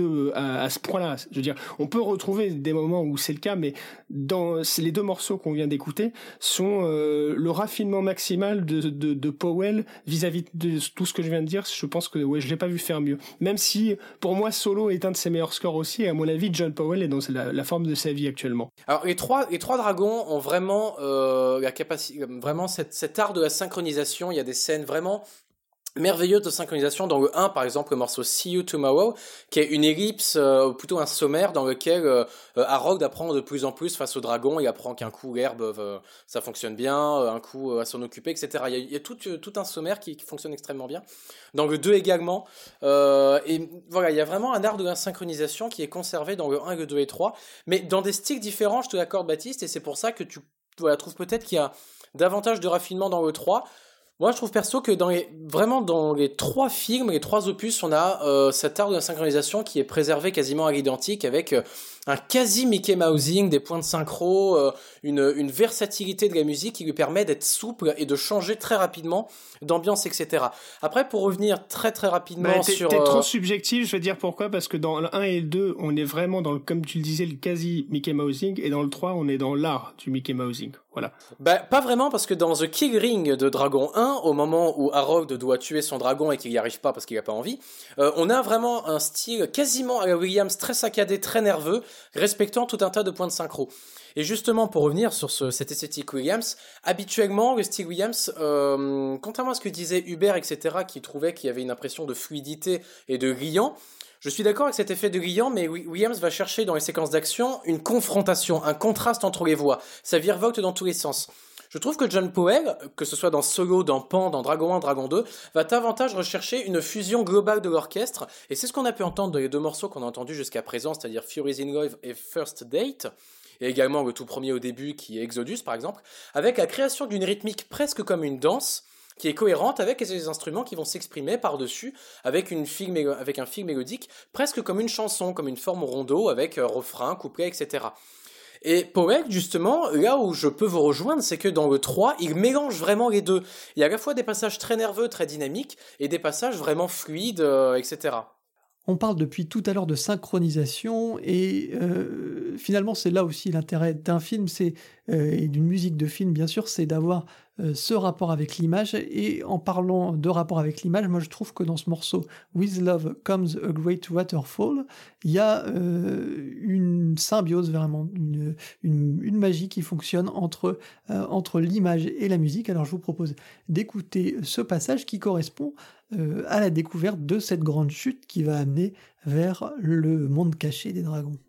à, à ce point-là. Je veux dire, on peut retrouver des moments où c'est le cas, mais dans les deux morceaux qu'on vient d'écouter sont euh, le raffinement maximal de, de, de Powell vis-à-vis de tout ce que je viens de dire. Je pense que ouais, je l'ai pas vu faire mieux. Même si, pour moi, Solo est un de ses meilleurs scores aussi. Et à mon avis, John Powell est dans la, la forme de sa vie actuellement. Alors les trois, les trois dragons ont vraiment euh, la capacité, vraiment cette, cet art de la synchronisation. Il y a des scènes vraiment merveilleuse de synchronisation dans le un, par exemple, le morceau See You Tomorrow, qui est une ellipse, euh, plutôt un sommaire dans lequel euh, Harold apprend de plus en plus face au dragon. Il apprend qu'un coup l'herbe, euh, ça fonctionne bien, euh, un coup euh, à s'en occuper, et cetera. Il y a, il y a tout, tout un sommaire qui, qui fonctionne extrêmement bien. Dans le deux également. Euh, et voilà, il y a vraiment un art de la synchronisation qui est conservé dans le un, le deux et trois, mais dans des styles différents, je te l'accorde, Baptiste, et c'est pour ça que tu voilà, trouves peut-être qu'il y a davantage de raffinement dans le trois. Moi, je trouve perso que dans les, vraiment dans les trois films, les trois opus, on a euh, cet art de la synchronisation qui est préservé quasiment à l'identique, avec euh, un quasi Mickey Mousing, des points de synchro, euh, une, une versatilité de la musique qui lui permet d'être souple et de changer très rapidement d'ambiance, et cetera. Après, pour revenir très très rapidement bah, t'es, sur... T'es euh... trop subjectif, je vais dire pourquoi, parce que dans le un et le deux, on est vraiment dans le, comme tu le disais, le quasi Mickey Mousing, et dans le trois, on est dans l'art du Mickey Mousing. Voilà. Bah, pas vraiment, parce que dans The Kill Ring de Dragon un, au moment où Harold doit tuer son dragon et qu'il n'y arrive pas parce qu'il n'a pas envie, euh, on a vraiment un style quasiment à la Williams, très saccadé, très nerveux, respectant tout un tas de points de synchro. Et justement, pour revenir sur ce, cette esthétique Williams, habituellement, le style Williams, euh, contrairement à ce que disait Hubert, et cetera, qui trouvait qu'il y avait une impression de fluidité et de riant, je suis d'accord avec cet effet de riant, mais Williams va chercher dans les séquences d'action une confrontation, un contraste entre les voix. Ça virevolte dans tous les sens. Je trouve que John Powell, que ce soit dans Solo, dans Pan, dans Dragon un, Dragon deux, va davantage rechercher une fusion globale de l'orchestre, et c'est ce qu'on a pu entendre dans les deux morceaux qu'on a entendus jusqu'à présent, c'est-à-dire Furies in Love et First Date, et également le tout premier au début qui est Exodus par exemple, avec la création d'une rythmique presque comme une danse, qui est cohérente avec les instruments qui vont s'exprimer par-dessus avec, une fil mélo- avec un fil mélodique presque comme une chanson, comme une forme rondo avec euh, refrain, couplet, et cetera. Et Powell, justement, là où je peux vous rejoindre, c'est que dans le trois, il mélange vraiment les deux. Il y a à la fois des passages très nerveux, très dynamiques, et des passages vraiment fluides, euh, et cetera. On parle depuis tout à l'heure de synchronisation et euh, finalement c'est là aussi l'intérêt d'un film c'est, euh, et d'une musique de film bien sûr, c'est d'avoir euh, ce rapport avec l'image. Et en parlant de rapport avec l'image, moi je trouve que dans ce morceau With Love Comes a Great Waterfall, il y a euh, une symbiose vraiment, une, une, une magie qui fonctionne entre, euh, entre l'image et la musique. Alors je vous propose d'écouter ce passage qui correspond Euh, à la découverte de cette grande chute qui va amener vers le monde caché des dragons.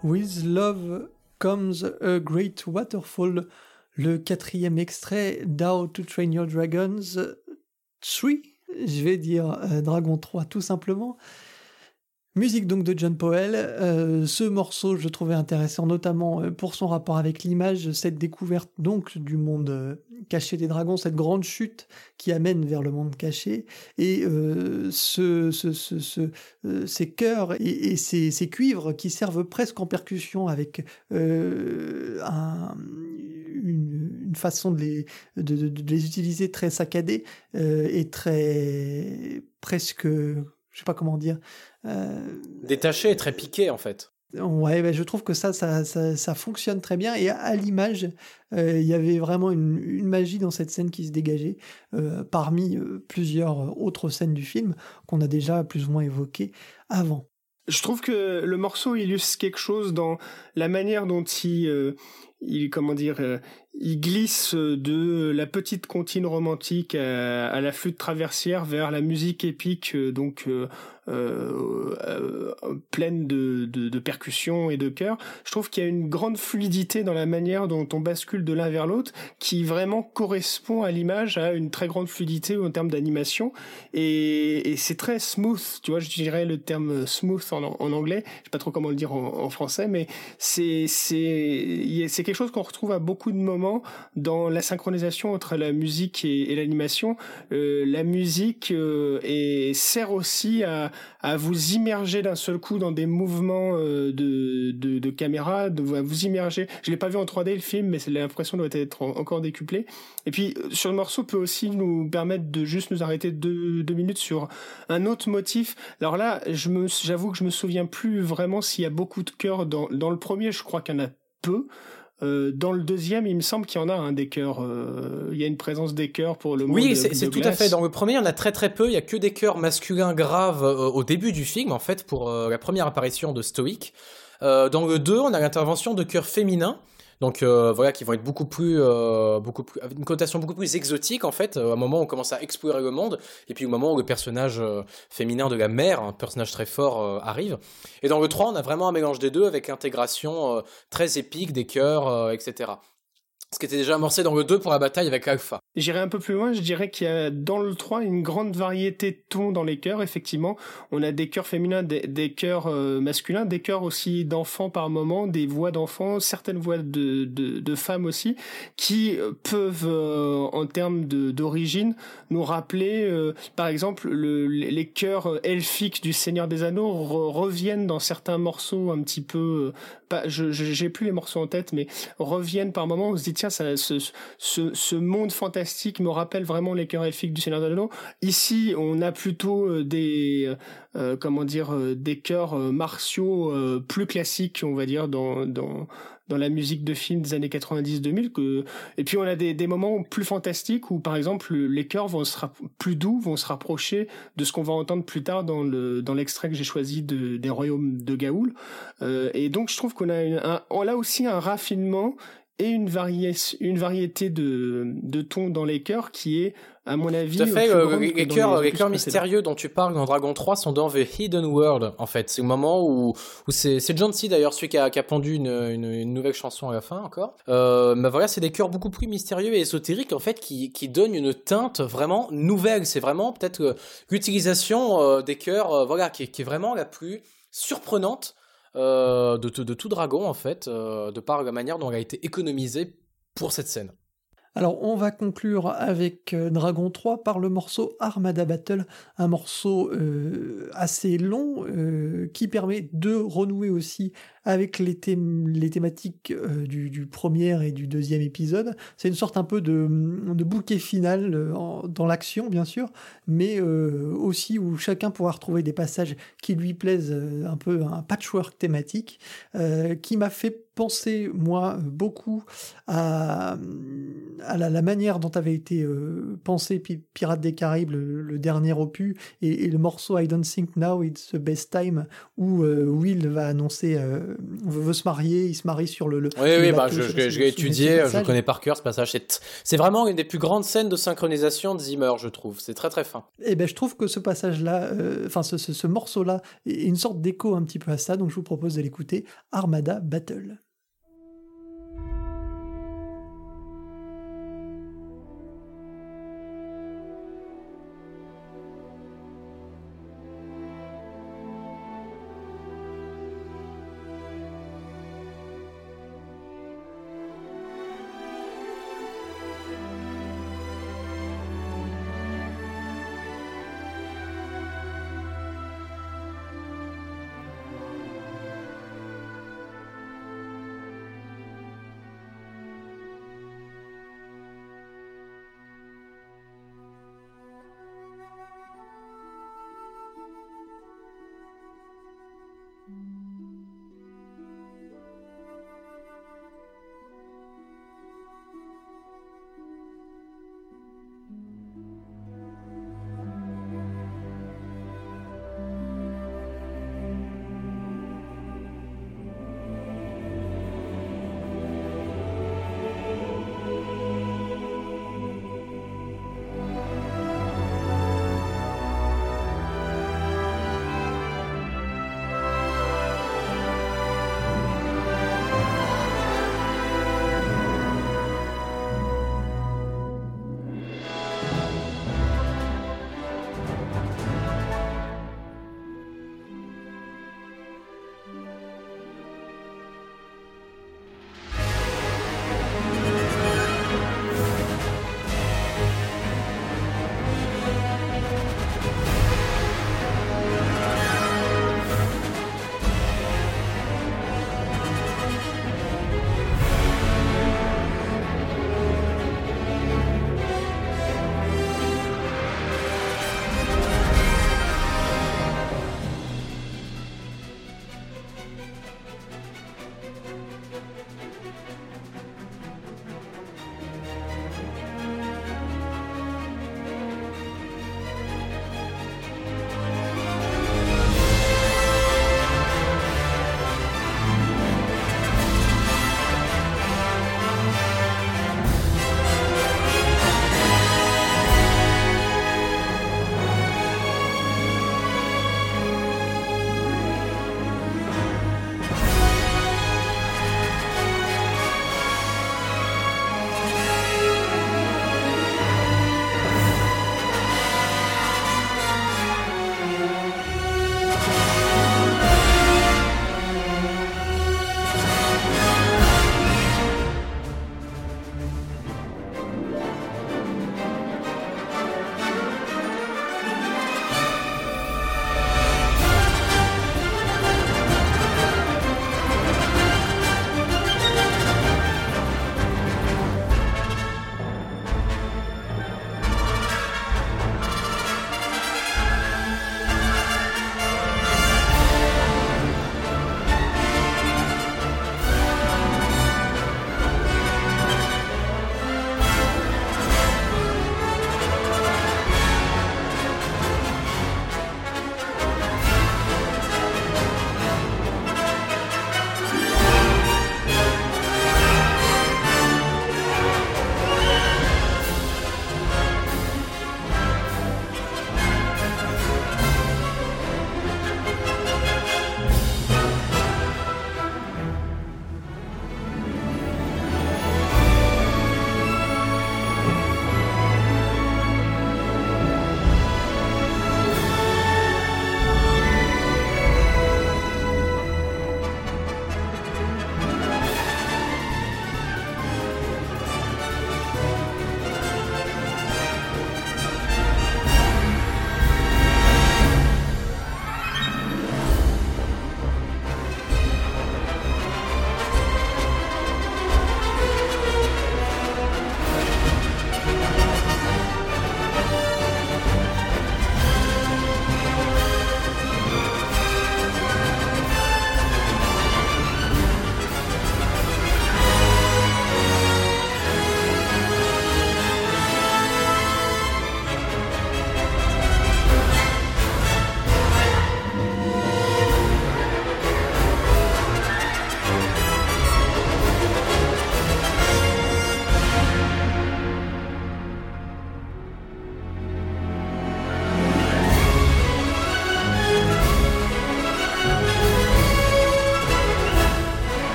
With Love Comes a Great Waterfall, le quatrième extrait d'How to Train Your Dragons trois, je vais dire euh, Dragon trois tout simplement. Musique donc de John Powell. Euh, ce morceau, je trouvais intéressant, notamment pour son rapport avec l'image, cette découverte donc du monde euh, caché des dragons, cette grande chute qui amène vers le monde caché, et euh, ce, ce, ce, ce, euh, ces chœurs et, et ces, ces cuivres qui servent presque en percussion, avec euh, un, une, une façon de les, de, de, de les utiliser très saccadée euh, et très presque... je sais pas comment dire. Euh... Détaché et très piqué, en fait. Ouais, ben je trouve que ça, ça, ça, ça fonctionne très bien. Et à, à l'image, il euh, y avait vraiment une, une magie dans cette scène qui se dégageait euh, parmi euh, plusieurs autres scènes du film qu'on a déjà plus ou moins évoquées avant. Je trouve que le morceau illustre quelque chose dans la manière dont il, euh, il comment dire, euh, il glisse de la petite comptine romantique à, à la flûte traversière vers la musique épique, euh, donc euh, euh, euh, pleine de, de, de percussions et de chœurs. Je trouve qu'il y a une grande fluidité dans la manière dont on bascule de l'un vers l'autre, qui vraiment correspond à l'image, à une très grande fluidité en termes d'animation, et, et c'est très smooth, tu vois, je dirais le terme smooth en, en anglais, je sais pas trop comment le dire en, en français, mais c'est, c'est, c'est quelque chose qu'on retrouve à beaucoup de moments dans la synchronisation entre la musique et, et l'animation. Euh, la musique euh, et sert aussi à, à vous immerger d'un seul coup dans des mouvements euh, de, de, de caméra, de vous immerger. Je l'ai pas vu en trois D le film, mais c'est l'impression doit être en, encore décuplée. Et puis sur le morceau peut aussi nous permettre de juste nous arrêter deux, deux minutes sur un autre motif. Alors là, je me, j'avoue que je me souviens plus vraiment s'il y a beaucoup de chœurs dans, dans le premier. Je crois qu'il y en a peu. Euh, dans le deuxième, il me semble qu'il y en a un des chœurs. Euh, il y a une présence des chœurs pour le monde. Oui, c'est, c'est tout à fait. Dans le premier, il y en a très très peu. Il y a que des chœurs masculins graves euh, au début du film, en fait, pour euh, la première apparition de Stoic. Euh, dans le deux, on a l'intervention de chœurs féminins. Donc euh, voilà, qui vont être beaucoup plus, euh, beaucoup plus, avec une connotation beaucoup plus exotique en fait, euh, à un moment où on commence à explorer le monde, et puis au moment où le personnage euh, féminin de la mère, un personnage très fort, euh, arrive. Et dans le trois, on a vraiment un mélange des deux avec l'intégration euh, très épique des chœurs, euh, et cetera. Ce qui était déjà amorcé dans le deux pour la bataille avec Alpha. J'irai un peu plus loin, je dirais qu'il y a dans le trois une grande variété de tons dans les chœurs, effectivement. On a des chœurs féminins, des, des chœurs euh, masculins, des chœurs aussi d'enfants par moment, des voix d'enfants, certaines voix de, de, de femmes aussi, qui peuvent, euh, en termes de, d'origine, nous rappeler, euh, par exemple, le, les chœurs elfiques du Seigneur des Anneaux re- reviennent dans certains morceaux un petit peu... Euh, pas, je, je, j'ai plus les morceaux en tête, mais reviennent par moments, on se dit tiens, ça, ce, ce, ce monde fantastique me rappelle vraiment les chœurs elfiques du Seigneur des Anneaux. Ici, on a plutôt des, euh, comment dire, des chœurs martiaux euh, plus classiques, on va dire, dans, dans, dans la musique de films des années quatre-vingt-dix deux mille. Que... Et puis on a des, des moments plus fantastiques où, par exemple, les chœurs vont se rapp... plus doux, vont se rapprocher de ce qu'on va entendre plus tard dans, le, dans l'extrait que j'ai choisi de, des Royaumes de Gaoul. Euh, et donc, je trouve qu'on a, une, un, on a aussi un raffinement et une, varié- une variété de, de tons dans les chœurs qui est, à mon avis... Tout à fait, euh, les, les chœurs, les chœurs mystérieux dont tu parles dans Dragon trois sont dans The Hidden World, en fait. C'est le moment où, où c'est, c'est John C, d'ailleurs, celui qui a, qui a pendu une, une, une nouvelle chanson à la fin, encore. Euh, mais voilà, c'est des chœurs beaucoup plus mystérieux et ésotériques, en fait, qui, qui donnent une teinte vraiment nouvelle. C'est vraiment peut-être euh, l'utilisation euh, des chœurs, euh, voilà, qui, qui est vraiment la plus surprenante Euh, de, de, de tout Dragon en fait, euh, de par la manière dont elle a été économisée pour cette scène. Alors on va conclure avec euh, Dragon trois par le morceau Armada Battle, un morceau euh, assez long euh, qui permet de renouer aussi avec les, thém- les thématiques euh, du, du premier et du deuxième épisode. C'est une sorte un peu de, de bouquet final euh, en, dans l'action bien sûr, mais euh, aussi où chacun pourra retrouver des passages qui lui plaisent, euh, un peu un patchwork thématique euh, qui m'a fait pensé, moi, beaucoup à, à la, la manière dont avait été euh, pensé Pi- Pirates des Caraïbes, le, le dernier opus, et, et le morceau I Don't Think Now It's the Best Time, où euh, Will va annoncer, euh, veut, veut se marier, il se marie sur le, le, Oui, le oui, bateau. bah, je, sais je, pas si je vous l'ai vous souvenez de ce étudié, je passage. connais par cœur ce passage. C'est, c'est vraiment une des plus grandes scènes de synchronisation de Zimmer, je trouve. C'est très très fin. Et ben, je trouve que ce passage-là, euh, enfin ce, ce, ce morceau-là, est une sorte d'écho un petit peu à ça, donc je vous propose de l'écouter, Armada Battle.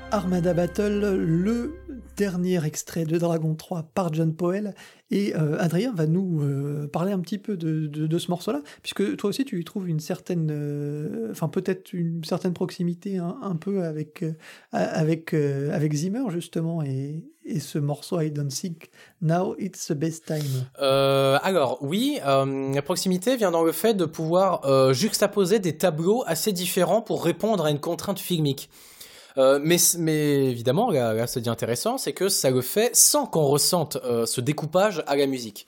Armada Battle, le dernier extrait de Dragon trois par John Powell. Et euh, Adrien va nous euh, parler un petit peu de, de, de ce morceau-là, puisque toi aussi tu y trouves une certaine, enfin euh, peut-être une certaine proximité hein, un peu avec, euh, avec, euh, avec Zimmer justement, et, et ce morceau I Don't Think Now It's the Best Time. Euh, alors oui, euh, la proximité vient dans le fait de pouvoir euh, juxtaposer des tableaux assez différents pour répondre à une contrainte filmique. Euh, mais, mais évidemment, là, là c'est intéressant, c'est que ça le fait sans qu'on ressente euh, ce découpage à la musique.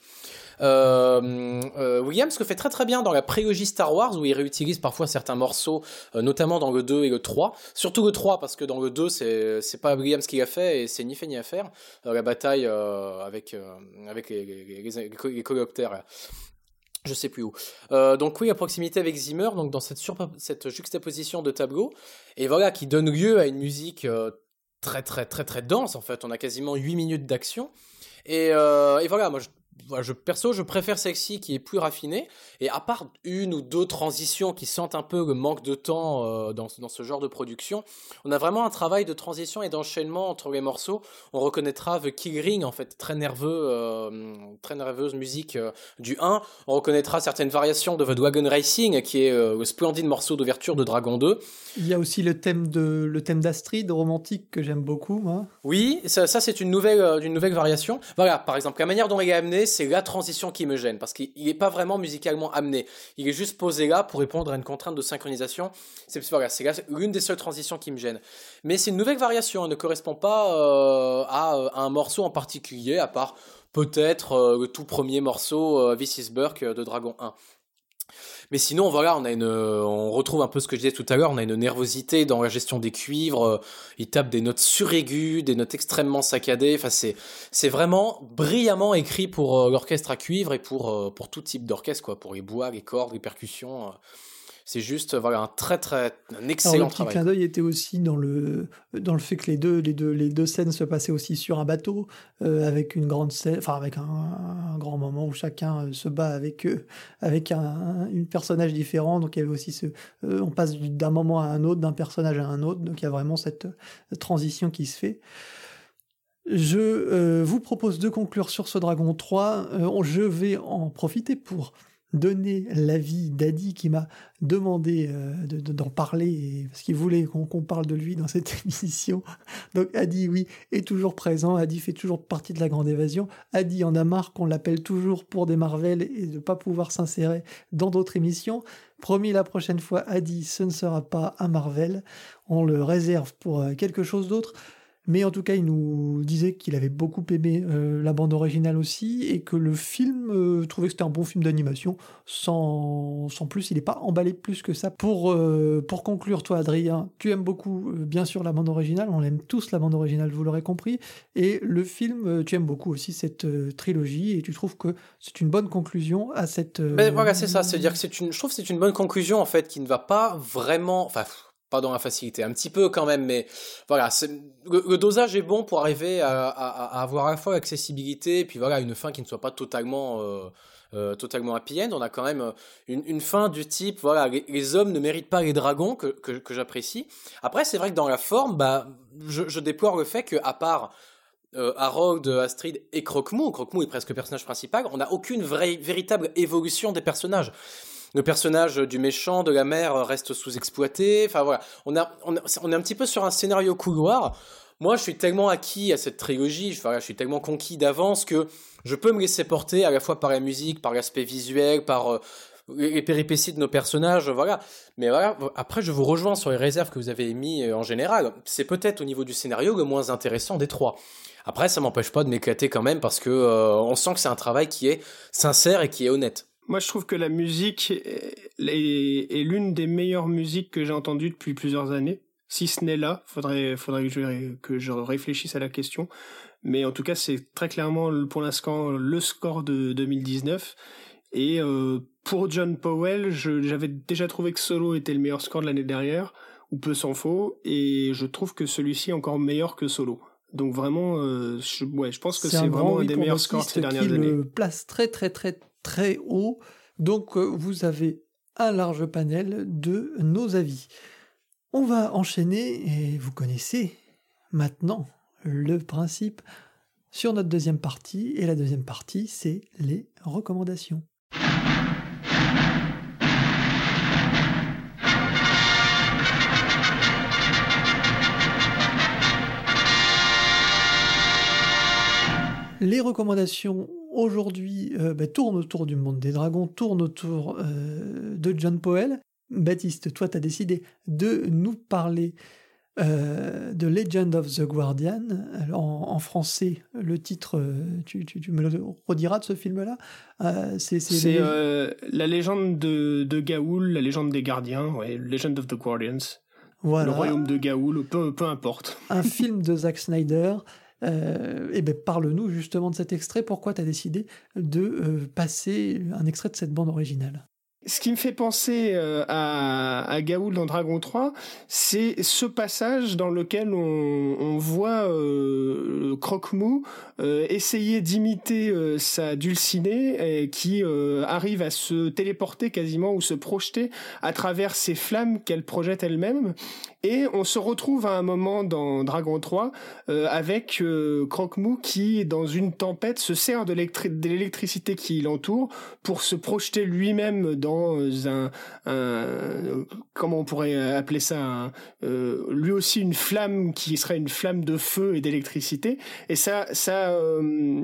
Euh, euh, Williams le fait très très bien dans la prélogie Star Wars, où il réutilise parfois certains morceaux, euh, notamment dans le deux et le trois. Surtout le trois, parce que dans le deux, c'est, c'est pas Williams qui l'a fait, et c'est ni fait ni à faire. Euh, la bataille euh, avec, euh, avec les, les, les, les, les coléoptères, là. Je sais plus où. Euh, donc oui, à proximité avec Zimmer, donc dans cette, surpa- cette juxtaposition de tableaux, et voilà, qui donne lieu à une musique euh, très très très très dense, en fait. On a quasiment huit minutes d'action. Et, euh, et voilà, moi je, voilà, je, perso, je préfère celle-ci qui est plus raffinée. Et à part une ou deux transitions qui sentent un peu le manque de temps euh, dans, dans ce genre de production, on a vraiment un travail de transition et d'enchaînement entre les morceaux. On reconnaîtra The Kill Ring, en fait, très nerveux, euh, très nerveuse musique euh, du un. On reconnaîtra certaines variations de The Dragon Racing, qui est euh, le splendide morceau d'ouverture de Dragon deux. Il y a aussi le thème, de, le thème d'Astrid, romantique, que j'aime beaucoup, moi. Oui, ça, ça c'est une nouvelle, euh, une nouvelle variation. Voilà, par exemple, la manière dont il est amené, c'est la transition qui me gêne, parce qu'il n'est pas vraiment musicalement amené. Il est juste posé là pour répondre à une contrainte de synchronisation. C'est, voilà, c'est là, l'une des seules transitions qui me gêne. Mais c'est une nouvelle variation, elle ne correspond pas euh, à, à un morceau en particulier, à part peut-être euh, le tout premier morceau, euh, This Is Burke de Dragon un. Mais sinon, voilà, on a une, on retrouve un peu ce que je disais tout à l'heure, on a une nervosité dans la gestion des cuivres, il tape des notes suraiguës, des notes extrêmement saccadées, enfin c'est, c'est vraiment brillamment écrit pour l'orchestre à cuivre et pour, pour tout type d'orchestre, quoi, pour les bois, les cordes, les percussions. C'est juste, voilà, un très très, un excellent Alors, le petit travail. clin d'œil était aussi dans le, dans le fait que les deux, les deux, les deux scènes se passaient aussi sur un bateau, euh, avec une grande scène, enfin, avec un, un grand moment où chacun euh, se bat avec, euh, avec un, un une personnage différent. Donc, il y avait aussi ce, euh, on passe d'un moment à un autre, d'un personnage à un autre. Donc, il y a vraiment cette euh, transition qui se fait. Je euh, vous propose de conclure sur ce Dragon trois. Euh, je vais en profiter pour donner l'avis d'Adi qui m'a demandé euh, de, de, d'en parler et, parce qu'il voulait qu'on, qu'on parle de lui dans cette émission. Donc Adi, oui, est toujours présent. Adi fait toujours partie de la Grande Évasion. Adi en a marre qu'on l'appelle toujours pour des Marvel et de ne pas pouvoir s'insérer dans d'autres émissions. Promis, la prochaine fois, Adi, ce ne sera pas un Marvel. On le réserve pour euh, quelque chose d'autre. Mais en tout cas, il nous disait qu'il avait beaucoup aimé euh, la bande originale aussi, et que le film euh, trouvait que c'était un bon film d'animation, sans, sans plus, il n'est pas emballé plus que ça. Pour, euh, pour conclure, toi Adrien, tu aimes beaucoup, euh, bien sûr, la bande originale, on aime tous la bande originale, vous l'aurez compris, et le film, euh, tu aimes beaucoup aussi cette euh, trilogie, et tu trouves que c'est une bonne conclusion à cette... Euh... Mais voilà, c'est ça, c'est-à-dire que c'est une, je trouve que c'est une bonne conclusion, en fait, qui ne va pas vraiment... Enfin, pas dans la facilité, un petit peu quand même, mais voilà, c'est, le, le dosage est bon pour arriver à, à, à avoir à la fois l'accessibilité et puis voilà, une fin qui ne soit pas totalement, euh, euh, totalement happy end. On a quand même une, une fin du type, voilà, les, les hommes ne méritent pas les dragons, que, que, que j'apprécie. Après, c'est vrai que dans la forme, bah, je, je déplore le fait qu'à part euh, Harold, Astrid et Croque-Mou, Croque-Mou est presque le personnage principal, on n'a aucune vraie, véritable évolution des personnages. Le personnage du méchant, de la mère, reste sous-exploité. Enfin voilà, on, a, on, a, on est un petit peu sur un scénario couloir. Moi, je suis tellement acquis à cette trilogie, enfin, je suis tellement conquis d'avance que je peux me laisser porter à la fois par la musique, par l'aspect visuel, par euh, les péripéties de nos personnages, voilà. Mais voilà, après, je vous rejoins sur les réserves que vous avez émises en général. C'est peut-être au niveau du scénario le moins intéressant des trois. Après, ça m'empêche pas de m'éclater quand même parce que euh, on sent que c'est un travail qui est sincère et qui est honnête. Moi, je trouve que la musique est, est, est l'une des meilleures musiques que j'ai entendues depuis plusieurs années. Si ce n'est là, faudrait, faudrait que je, que je réfléchisse à la question. Mais en tout cas, c'est très clairement, pour l'instant, le score de deux mille dix-neuf. Et euh, pour John Powell, je, j'avais déjà trouvé que Solo était le meilleur score de l'année dernière, ou peu s'en faut. Et je trouve que celui-ci est encore meilleur que Solo. Donc vraiment, euh, je, ouais, je pense que c'est, c'est vraiment un des meilleurs scores de ces dernières années. Le place très très très très haut. Donc euh, vous avez un large panel de nos avis. On va enchaîner, et vous connaissez maintenant le principe sur notre deuxième partie, et la deuxième partie, c'est les recommandations. Les recommandations aujourd'hui euh, bah, tournent autour du monde des dragons, tournent autour euh, de John Powell. Baptiste, toi, tu as décidé de nous parler euh, de Legend of the Guardian. Alors, en, en français, le titre, euh, tu, tu, tu me le rediras de ce film-là euh, C'est, c'est, c'est les... euh, la légende de, de Gaoul, la légende des gardiens, ouais, Legend of the Guardians. Voilà. Le royaume de Gaoul, peu, peu importe. Un film de Zack Snyder. Euh, et ben parle-nous justement de cet extrait. Pourquoi tu as décidé de euh, passer un extrait de cette bande originale? Ce qui me fait penser euh, à, à Gaoul dans Dragon trois, c'est ce passage dans lequel on, on voit euh, Croque-Mou euh, essayer d'imiter euh, sa dulcinée et qui euh, arrive à se téléporter quasiment ou se projeter à travers ces flammes qu'elle projette elle-même. Et on se retrouve à un moment dans Dragon trois euh, avec euh, Croque-Mou qui, dans une tempête, se sert de, l'électri- de l'électricité qui l'entoure pour se projeter lui-même dans un, un comment on pourrait appeler ça un, euh, lui aussi une flamme qui serait une flamme de feu et d'électricité. Et ça ça euh,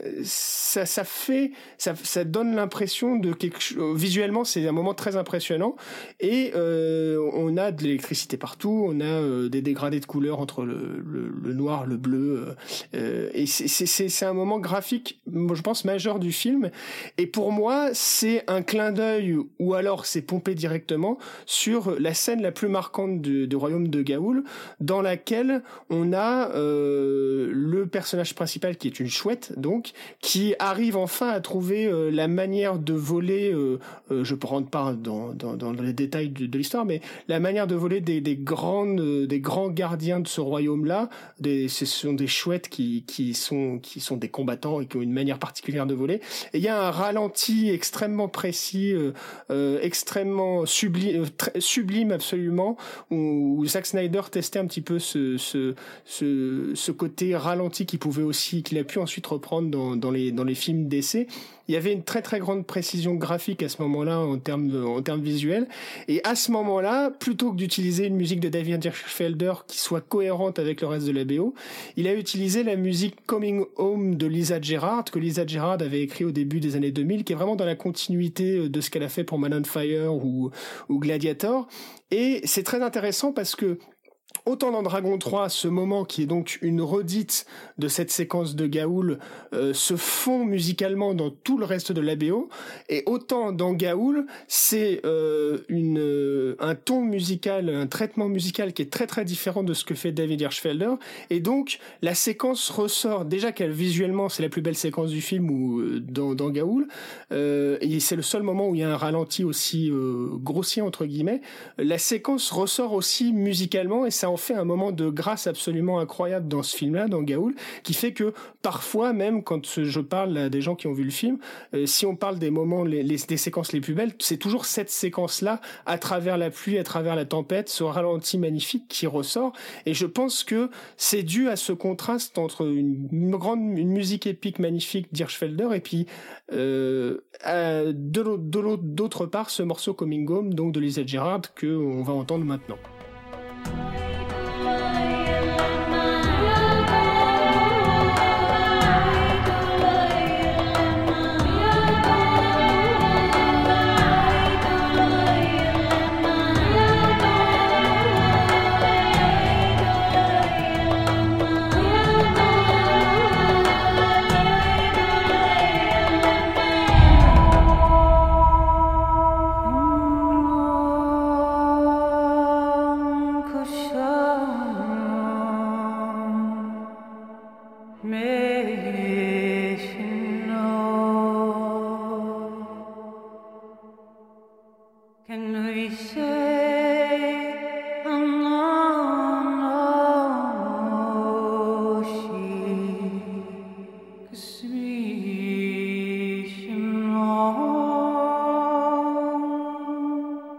ça, ça fait ça, ça donne l'impression de quelque chose. Visuellement, c'est un moment très impressionnant. Et euh, on a de l'électricité partout. On a euh, des dégradés de couleurs entre le, le, le noir, le bleu, euh, et c'est, c'est, c'est un moment graphique, je pense, majeur du film. Et pour moi, c'est un clin d'œil, ou alors c'est pompé directement sur la scène la plus marquante du, du royaume de Gaoul, dans laquelle on a euh, le personnage principal qui est une chouette, donc, qui arrive enfin à trouver euh, la manière de voler. Euh, euh, je ne rentre pas dans, dans, dans les détails de, de l'histoire, mais la manière de voler des, des grands des grands gardiens de ce royaume-là. Des, ce sont des chouettes qui, qui, sont, qui sont des combattants et qui ont une manière particulière de voler. Et il y a un ralenti extrêmement précis, euh, euh, extrêmement sublime, euh, très, sublime absolument, où, où Zack Snyder testait un petit peu ce, ce, ce, ce côté ralenti qu'il pouvait aussi, qu'il a pu ensuite reprendre dans, dans, les, dans les films d'essai. Il y avait une très très grande précision graphique à ce moment-là en termes de, en termes visuels. Et à ce moment-là, plutôt que d'utiliser une musique de David Hirschfelder qui soit cohérente avec le reste de la B O, il a utilisé la musique Coming Home de Lisa Gerrard, que Lisa Gerrard avait écrit au début des années deux mille, qui est vraiment dans la continuité de ce qu'elle a fait pour Man on Fire ou, ou Gladiator. Et c'est très intéressant parce que autant dans Dragon trois, ce moment qui est donc une redite de cette séquence de Gaoul euh, se fond musicalement dans tout le reste de la B O, et autant dans Gaoul, c'est euh, une, euh, un ton musical, un traitement musical qui est très très différent de ce que fait David Hirschfelder, et donc la séquence ressort, déjà qu'elle visuellement c'est la plus belle séquence du film ou euh, dans, dans Gaoul, euh, et c'est le seul moment où il y a un ralenti aussi euh, grossier entre guillemets, la séquence ressort aussi musicalement, et ça en fait un moment de grâce absolument incroyable dans ce film-là, dans Gaoul, qui fait que parfois, même quand je parle à des gens qui ont vu le film, euh, si on parle des moments, les, les, des séquences les plus belles, c'est toujours cette séquence-là, à travers la pluie, à travers la tempête, ce ralenti magnifique qui ressort. Et je pense que c'est dû à ce contraste entre une, une grande, une musique épique magnifique d'Hirschfelder et puis euh, à, de l'autre, de l'autre, d'autre part, ce morceau Coming Home, donc de Lisa Gerrard, que on va entendre maintenant.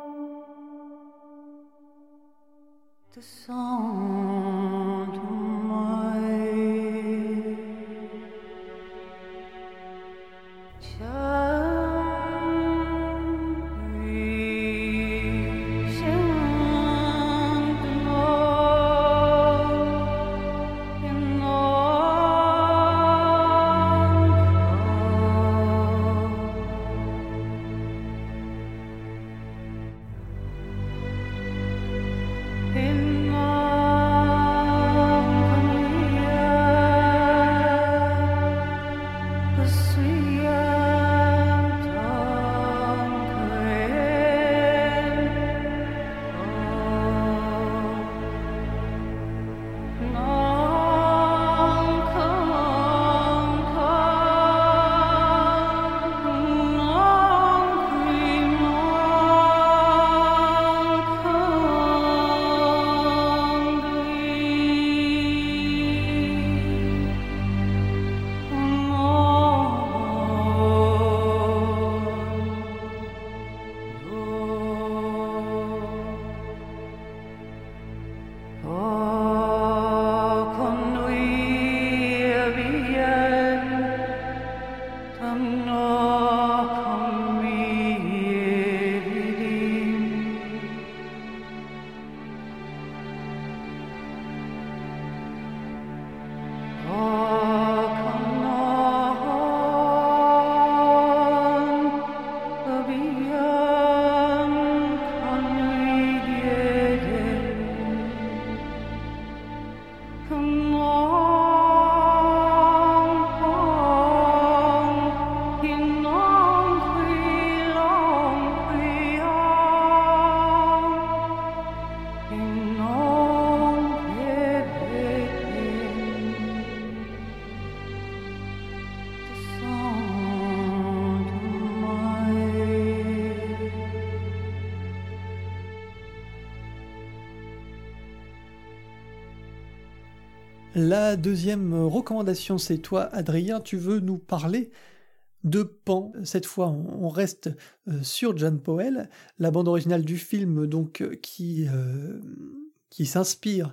The sound of La deuxième recommandation, c'est toi, Adrien, tu veux nous parler de Pan. Cette fois, on reste sur John Powell, la bande originale du film donc qui, euh, qui s'inspire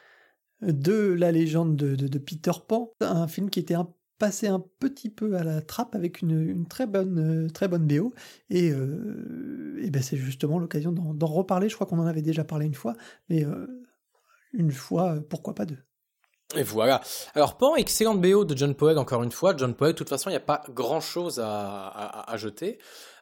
de la légende de, de, de Peter Pan, un film qui était un, passé un petit peu à la trappe avec une, une très, bonne, très bonne B O, et, euh, et ben c'est justement l'occasion d'en, d'en reparler. Je crois qu'on en avait déjà parlé une fois, mais euh, une fois, pourquoi pas deux. Et voilà. Alors, Pan, excellente B O de John Powell, encore une fois. John Powell, de toute façon, il n'y a pas grand-chose à, à, à jeter.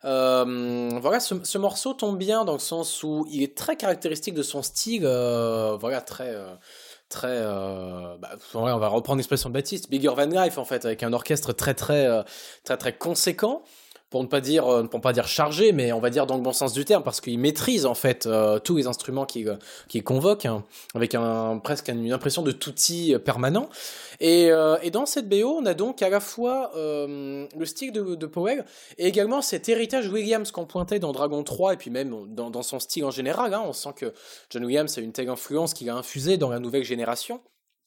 Euh, voilà, ce, ce morceau tombe bien dans le sens où il est très caractéristique de son style, euh, voilà, très... Euh, très euh, bah, on va reprendre l'expression de Baptiste, bigger than life, en fait, avec un orchestre très, très, euh, très, très conséquent. Pour ne pas dire, pour ne pas dire chargé, mais on va dire dans le bon sens du terme, parce qu'il maîtrise en fait euh, tous les instruments qu'il, qu'il convoque, hein, avec un, presque une impression de tutti permanent. Et, euh, et dans cette B O, on a donc à la fois euh, le style de, de Powell, et également cet héritage Williams qu'on pointait dans Dragon trois, et puis même dans, dans son style en général. Hein, on sent que John Williams a une telle influence qu'il a infusé dans la nouvelle génération.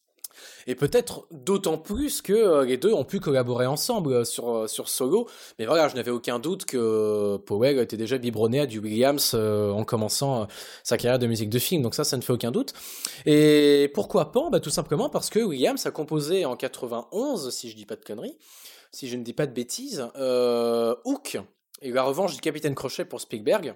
Et peut-être d'autant plus que euh, les deux ont pu collaborer ensemble euh, sur, euh, sur Solo. Mais voilà, je n'avais aucun doute que euh, Powell était déjà biberonné à du Williams euh, en commençant euh, sa carrière de musique de film. Donc ça, ça ne fait aucun doute. Et pourquoi Pan ? Bah, tout simplement parce que Williams a composé en quatre-vingt-onze, si je dis pas de conneries, si je ne dis pas de bêtises, euh, Hook et La Revanche du Capitaine Crochet pour Spielberg.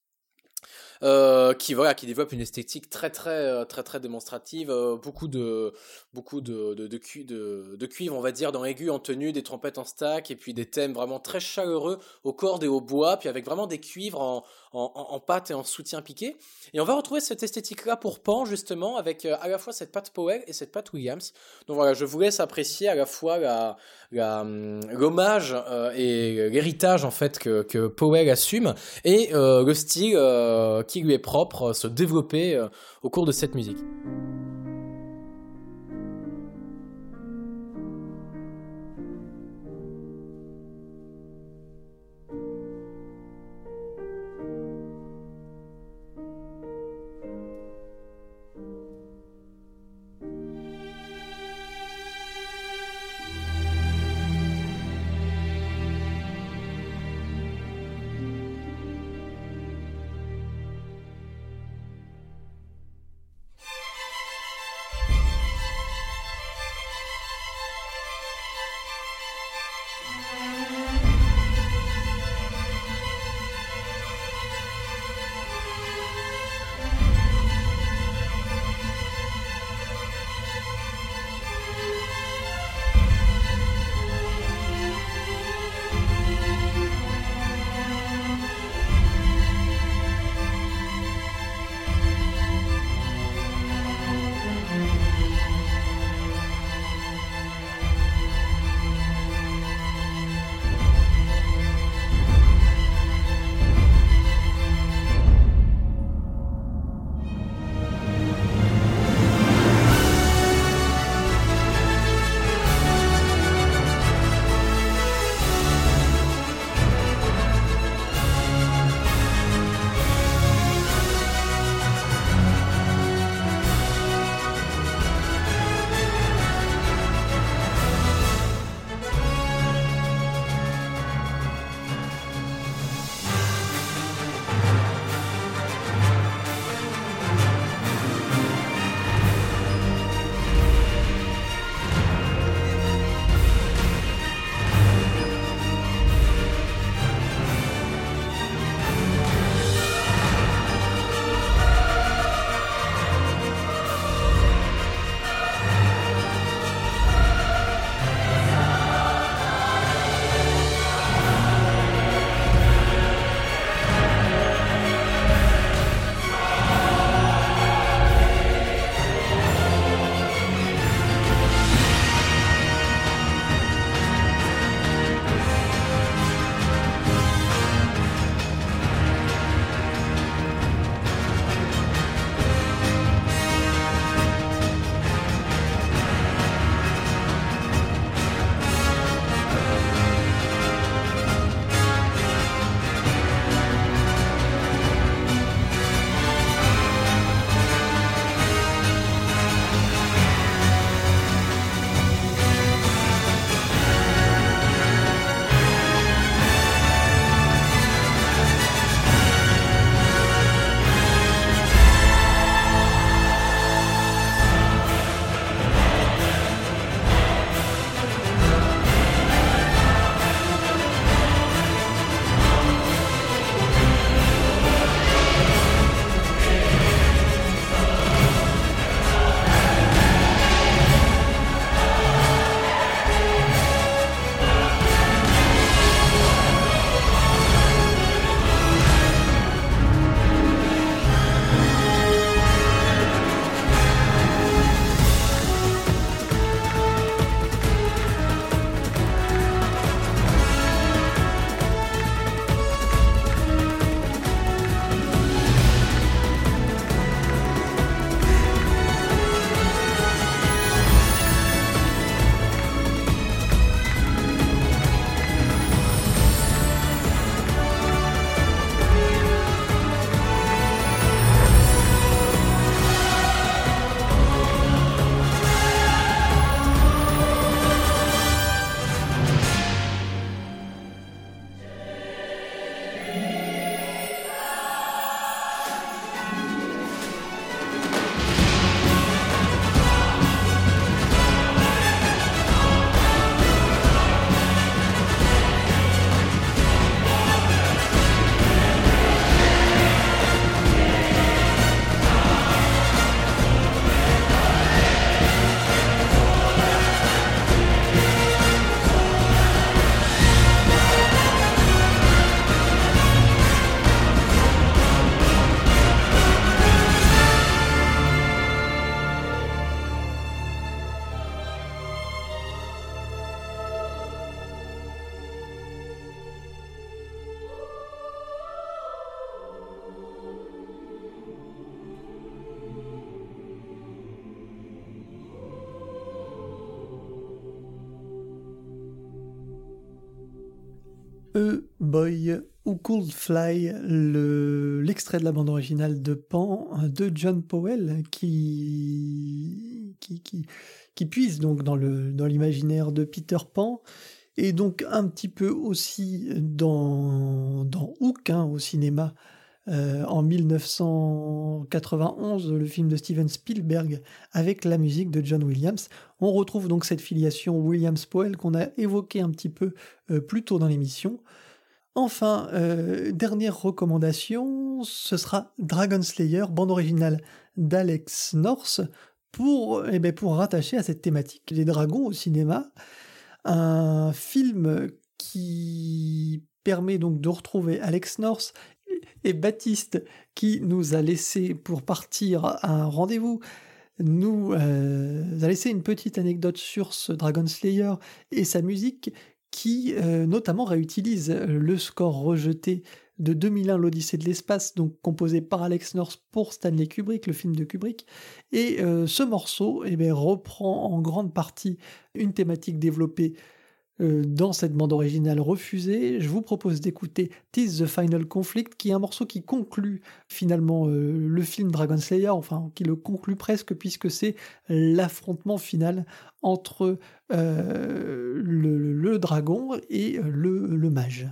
Euh, qui voilà, qui développe une esthétique très très très très démonstrative, euh, beaucoup de beaucoup de de de, cu- de de cuivre, on va dire, dans l'aigu en tenue, des trompettes en stack, et puis des thèmes vraiment très chaleureux aux cordes et au bois, puis avec vraiment des cuivres en en, en pâte et en soutien piqué. Et on va retrouver cette esthétique-là pour Pan, justement, avec euh, à la fois cette patte Powell et cette patte Williams. Donc voilà, je vous laisse apprécier à la fois la, la, l'hommage euh, et l'héritage, en fait, que, que Powell assume, et euh, le style euh, qui lui est propre, euh, se développer euh, au cours de cette musique. A Boy Who Could Fly, le, l'extrait de la bande originale de Pan de John Powell qui, qui, qui, qui puise donc dans, le, dans l'imaginaire de Peter Pan et donc un petit peu aussi dans, dans Hook hein, au cinéma euh, en dix-neuf cent quatre-vingt-onze, le film de Steven Spielberg avec la musique de John Williams. On retrouve donc cette filiation Williams-Powell qu'on a évoquée un petit peu euh, plus tôt dans l'émission. Enfin, euh, dernière recommandation, ce sera Dragon Slayer, bande originale d'Alex North, pour, eh ben, pour rattacher à cette thématique des dragons au cinéma, un film qui permet donc de retrouver Alex North et Baptiste qui nous a laissé pour partir à un rendez-vous, nous euh, a laissé une petite anecdote sur ce Dragon Slayer et sa musique qui euh, notamment réutilise le score rejeté de deux mille un, l'Odyssée de l'espace, donc composé par Alex North pour Stanley Kubrick, le film de Kubrick. Et euh, ce morceau eh bien, reprend en grande partie une thématique développée euh, dans cette bande originale refusée. Je vous propose d'écouter Tis the Final Conflict, qui est un morceau qui conclut finalement euh, le film Dragon Slayer, enfin qui le conclut presque, puisque c'est l'affrontement final entre euh, le, le dragon et le, le mage.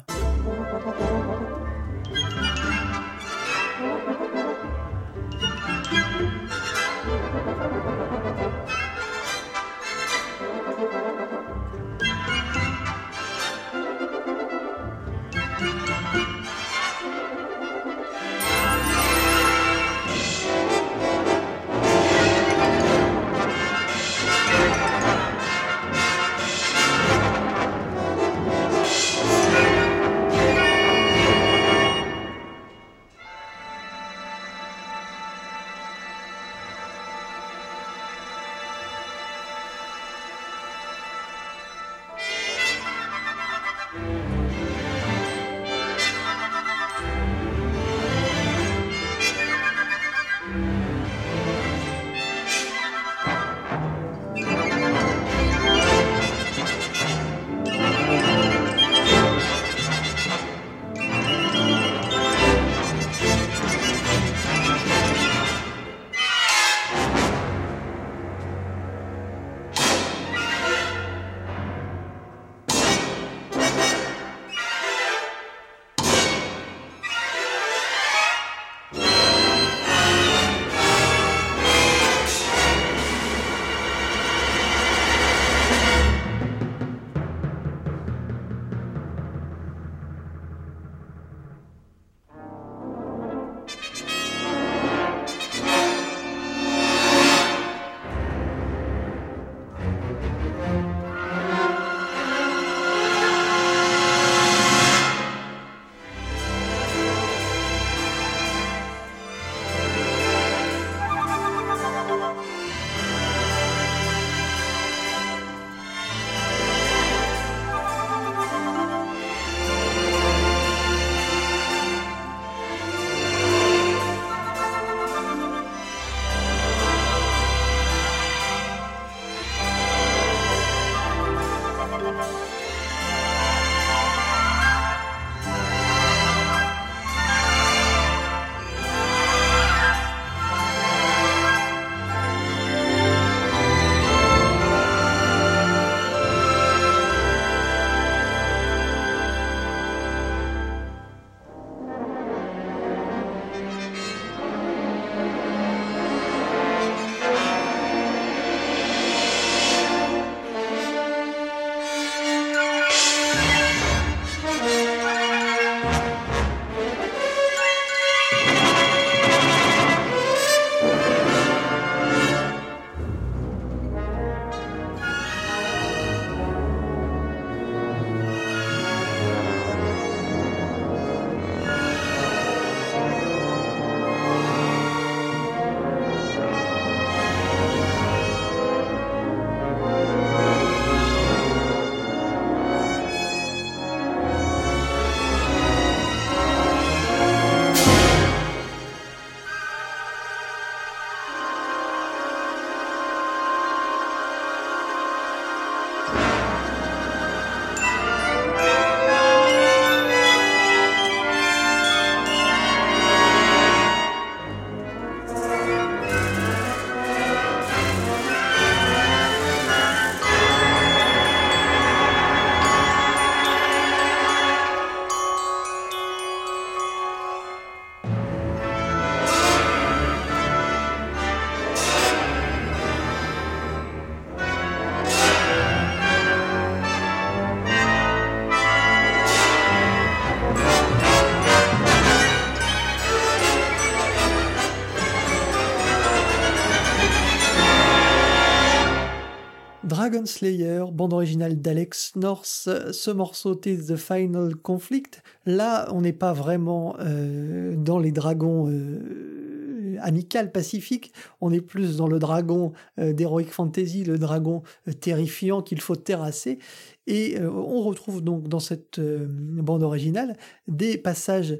Dragon Slayer, bande originale d'Alex North, ce morceau Tis the Final Conflict. Là, on n'est pas vraiment euh, dans les dragons euh, amical, pacifique, on est plus dans le dragon euh, d'Heroic Fantasy, le dragon euh, terrifiant qu'il faut terrasser. Et euh, on retrouve donc dans cette euh, bande originale des passages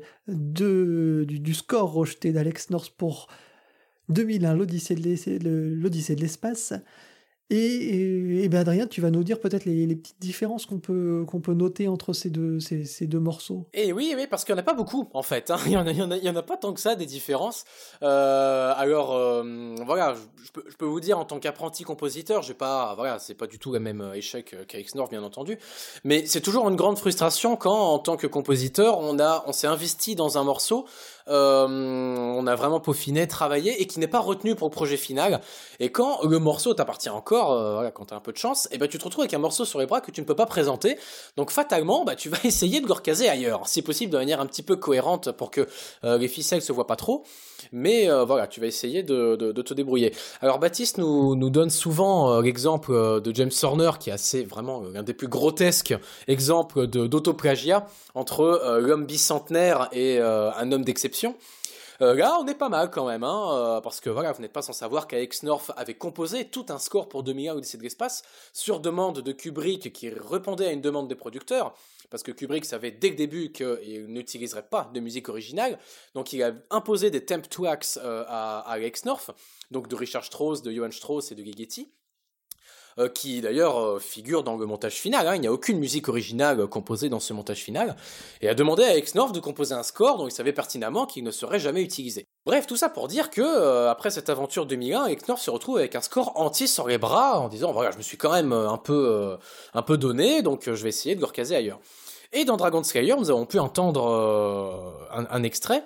de, du, du score rejeté d'Alex North pour deux mille un, l'Odyssée de, l'Odyssée de l'espace. Et, et, et ben Adrien, tu vas nous dire peut-être les, les petites différences qu'on peut, qu'on peut noter entre ces deux, ces, ces deux morceaux. Et oui, oui, parce qu'il n'y en a pas beaucoup, en fait. Hein. Il n'y en, en, en a pas tant que ça, des différences. Euh, alors, euh, voilà, je peux, je peux vous dire, en tant qu'apprenti compositeur, j'ai pas, voilà, c'est pas du tout le même échec qu'Alex North, bien entendu. Mais c'est toujours une grande frustration quand, en tant que compositeur, on, a, on s'est investi dans un morceau, euh, on a vraiment peaufiné, travaillé, et qui n'est pas retenu pour le projet final. Et quand le morceau t'appartient encore, Euh, voilà, quand t'as un peu de chance, et ben tu te retrouves avec un morceau sur les bras que tu ne peux pas présenter. Donc fatalement, bah tu vas essayer de le recaser ailleurs, si possible de manière un petit peu cohérente pour que euh, les ficelles se voient pas trop. Mais euh, voilà, tu vas essayer de, de, de te débrouiller. Alors Baptiste nous, nous donne souvent euh, l'exemple euh, de James Horner, qui est assez vraiment euh, l'un des plus grotesques exemples de, d'autoplagiat entre euh, l'homme bicentenaire et euh, un homme d'exception. Euh, là, on est pas mal quand même, hein, euh, parce que voilà, vous n'êtes pas sans savoir qu'Alex North avait composé tout un score pour deux mille un Odyssée de l'espace sur demande de Kubrick, qui répondait à une demande des producteurs, parce que Kubrick savait dès le début qu'il n'utiliserait pas de musique originale, donc il a imposé des temp tracks euh, à, à Alex North, donc de Richard Strauss, de Johann Strauss et de Ligeti. Euh, qui d'ailleurs euh, figure dans le montage final, hein. Il n'y a aucune musique originale euh, composée dans ce montage final, et a demandé à Alex North de composer un score dont il savait pertinemment qu'il ne serait jamais utilisé. Bref, tout ça pour dire que, euh, après cette aventure deux mille un, Alex North se retrouve avec un score entier sur les bras, en disant, voilà, je me suis quand même euh, un peu, euh, un peu donné, donc euh, je vais essayer de le recaser ailleurs. Et dans Dragon Slayer, nous avons pu entendre euh, un, un extrait.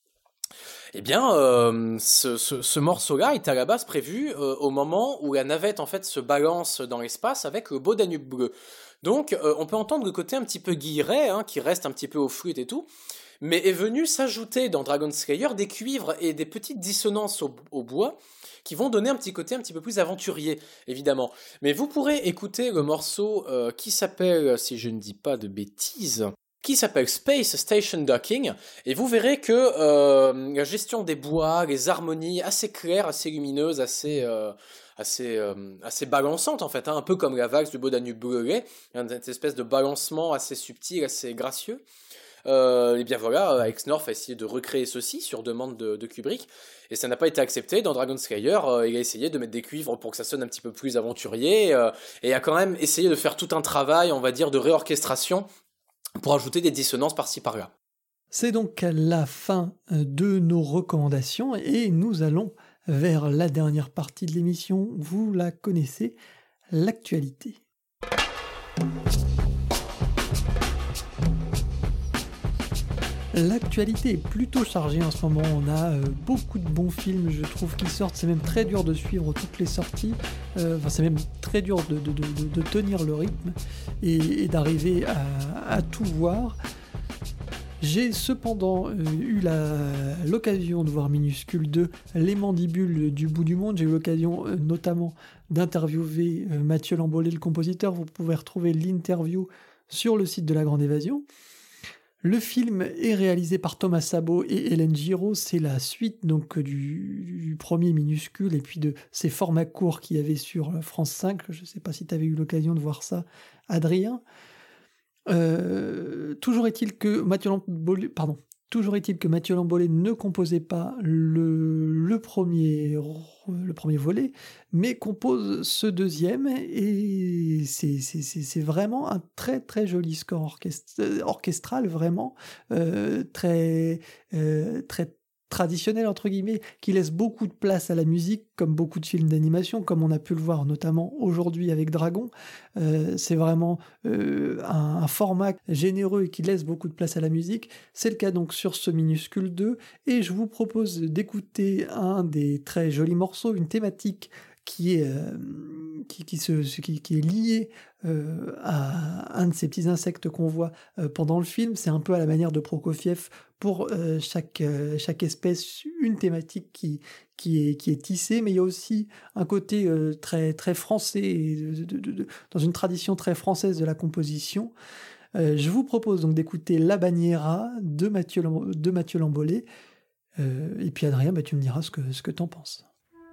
Eh bien, euh, ce, ce, ce morceau-là est à la base prévu euh, au moment où la navette en fait se balance dans l'espace avec le beau Danube bleu. Donc, euh, on peut entendre le côté un petit peu guilleret, hein, qui reste un petit peu aux flûtes et tout, mais est venu s'ajouter dans Dragon Slayer des cuivres et des petites dissonances au, au bois qui vont donner un petit côté un petit peu plus aventurier, évidemment. Mais vous pourrez écouter le morceau euh, qui s'appelle, si je ne dis pas de bêtises, qui s'appelle Space Station Docking, et vous verrez que euh, la gestion des bois, les harmonies assez claires, assez lumineuses, assez euh, assez euh, assez balançantes en fait, hein, un peu comme la valse du beau Danube bleu, une espèce de balancement assez subtil, assez gracieux. Euh, et bien voilà, Alex North a essayé de recréer ceci sur demande de, de Kubrick, et ça n'a pas été accepté. Dans Dragon Slayer, euh, il a essayé de mettre des cuivres pour que ça sonne un petit peu plus aventurier, euh, et a quand même essayé de faire tout un travail, on va dire, de réorchestration pour ajouter des dissonances par-ci par-là. C'est donc la fin de nos recommandations et nous allons vers la dernière partie de l'émission. Vous la connaissez, l'actualité. L'actualité est plutôt chargée en ce moment, on a euh, beaucoup de bons films, je trouve, qui sortent, c'est même très dur de suivre toutes les sorties, euh, enfin c'est même très dur de, de, de, de tenir le rythme et, et d'arriver à, à tout voir. J'ai cependant euh, eu la, l'occasion de voir Minuscule deux, Les Mandibules du bout du monde. J'ai eu l'occasion euh, notamment d'interviewer euh, Mathieu Lambollet, le compositeur. Vous pouvez retrouver l'interview sur le site de La Grande Évasion. Le film est réalisé par Thomas Sabot et Hélène Giraud. C'est la suite donc du, du premier Minuscule et puis de ces formats courts qu'il y avait sur France cinq. Je ne sais pas si tu avais eu l'occasion de voir ça, Adrien. Euh, toujours est-il que Mathieu Lambollet, pardon, toujours est-il que Mathieu Lambollet ne composait pas le, le, premier, le premier volet, mais compose ce deuxième, et c'est, c'est, c'est, c'est vraiment un très très joli score orchestre, orchestral, vraiment euh, très, euh, très traditionnel entre guillemets, qui laisse beaucoup de place à la musique, comme beaucoup de films d'animation, comme on a pu le voir notamment aujourd'hui avec Dragon. Euh, c'est vraiment euh, un, un format généreux et qui laisse beaucoup de place à la musique. C'est le cas donc sur ce Minuscule deux, et je vous propose d'écouter un des très jolis morceaux, une thématique qui est, euh, qui, qui, se, qui, qui est liée euh, à un de ces petits insectes qu'on voit euh, pendant le film. C'est un peu à la manière de Prokofiev pour euh, chaque, euh, chaque espèce une thématique qui, qui, est, qui est tissée, mais il y a aussi un côté euh, très, très français, de, de, de, de, dans une tradition très française de la composition. Euh, je vous propose donc d'écouter La Bagnera de Mathieu, de Mathieu Lambollet. Euh, et puis Adrien, bah, tu me diras ce que, ce que t'en penses.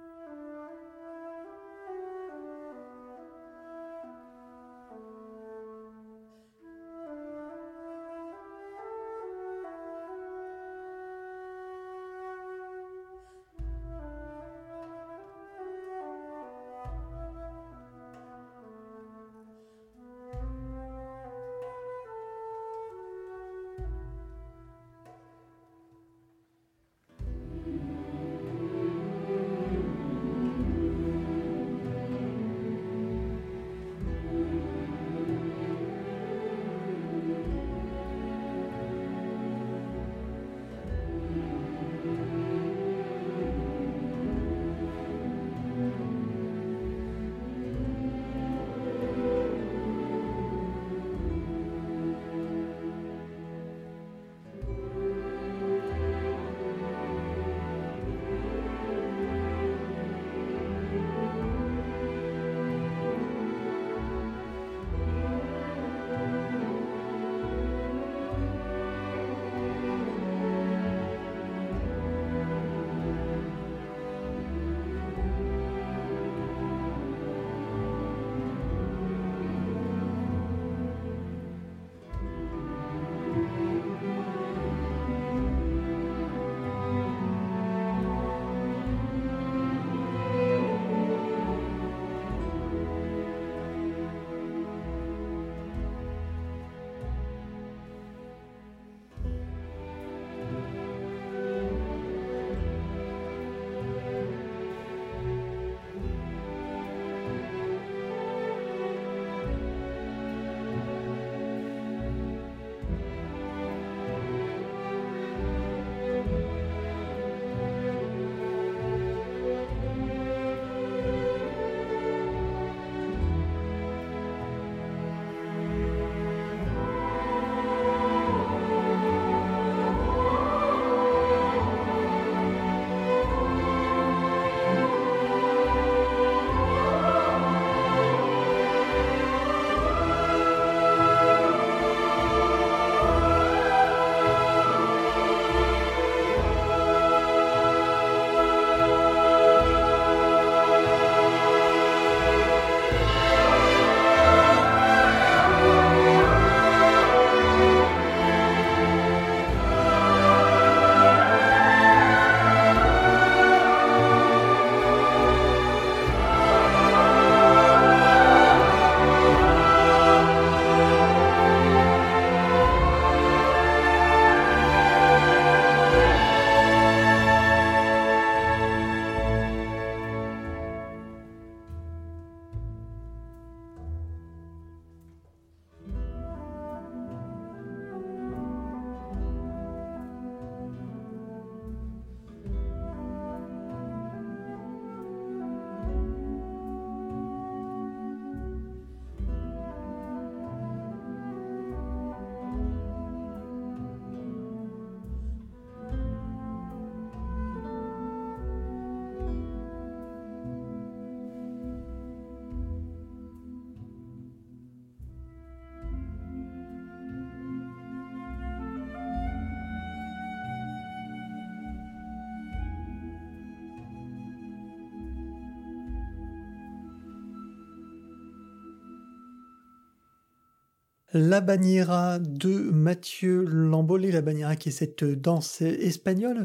La Bagnera de Mathieu Lambollet, la Bagnera qui est cette danse espagnole.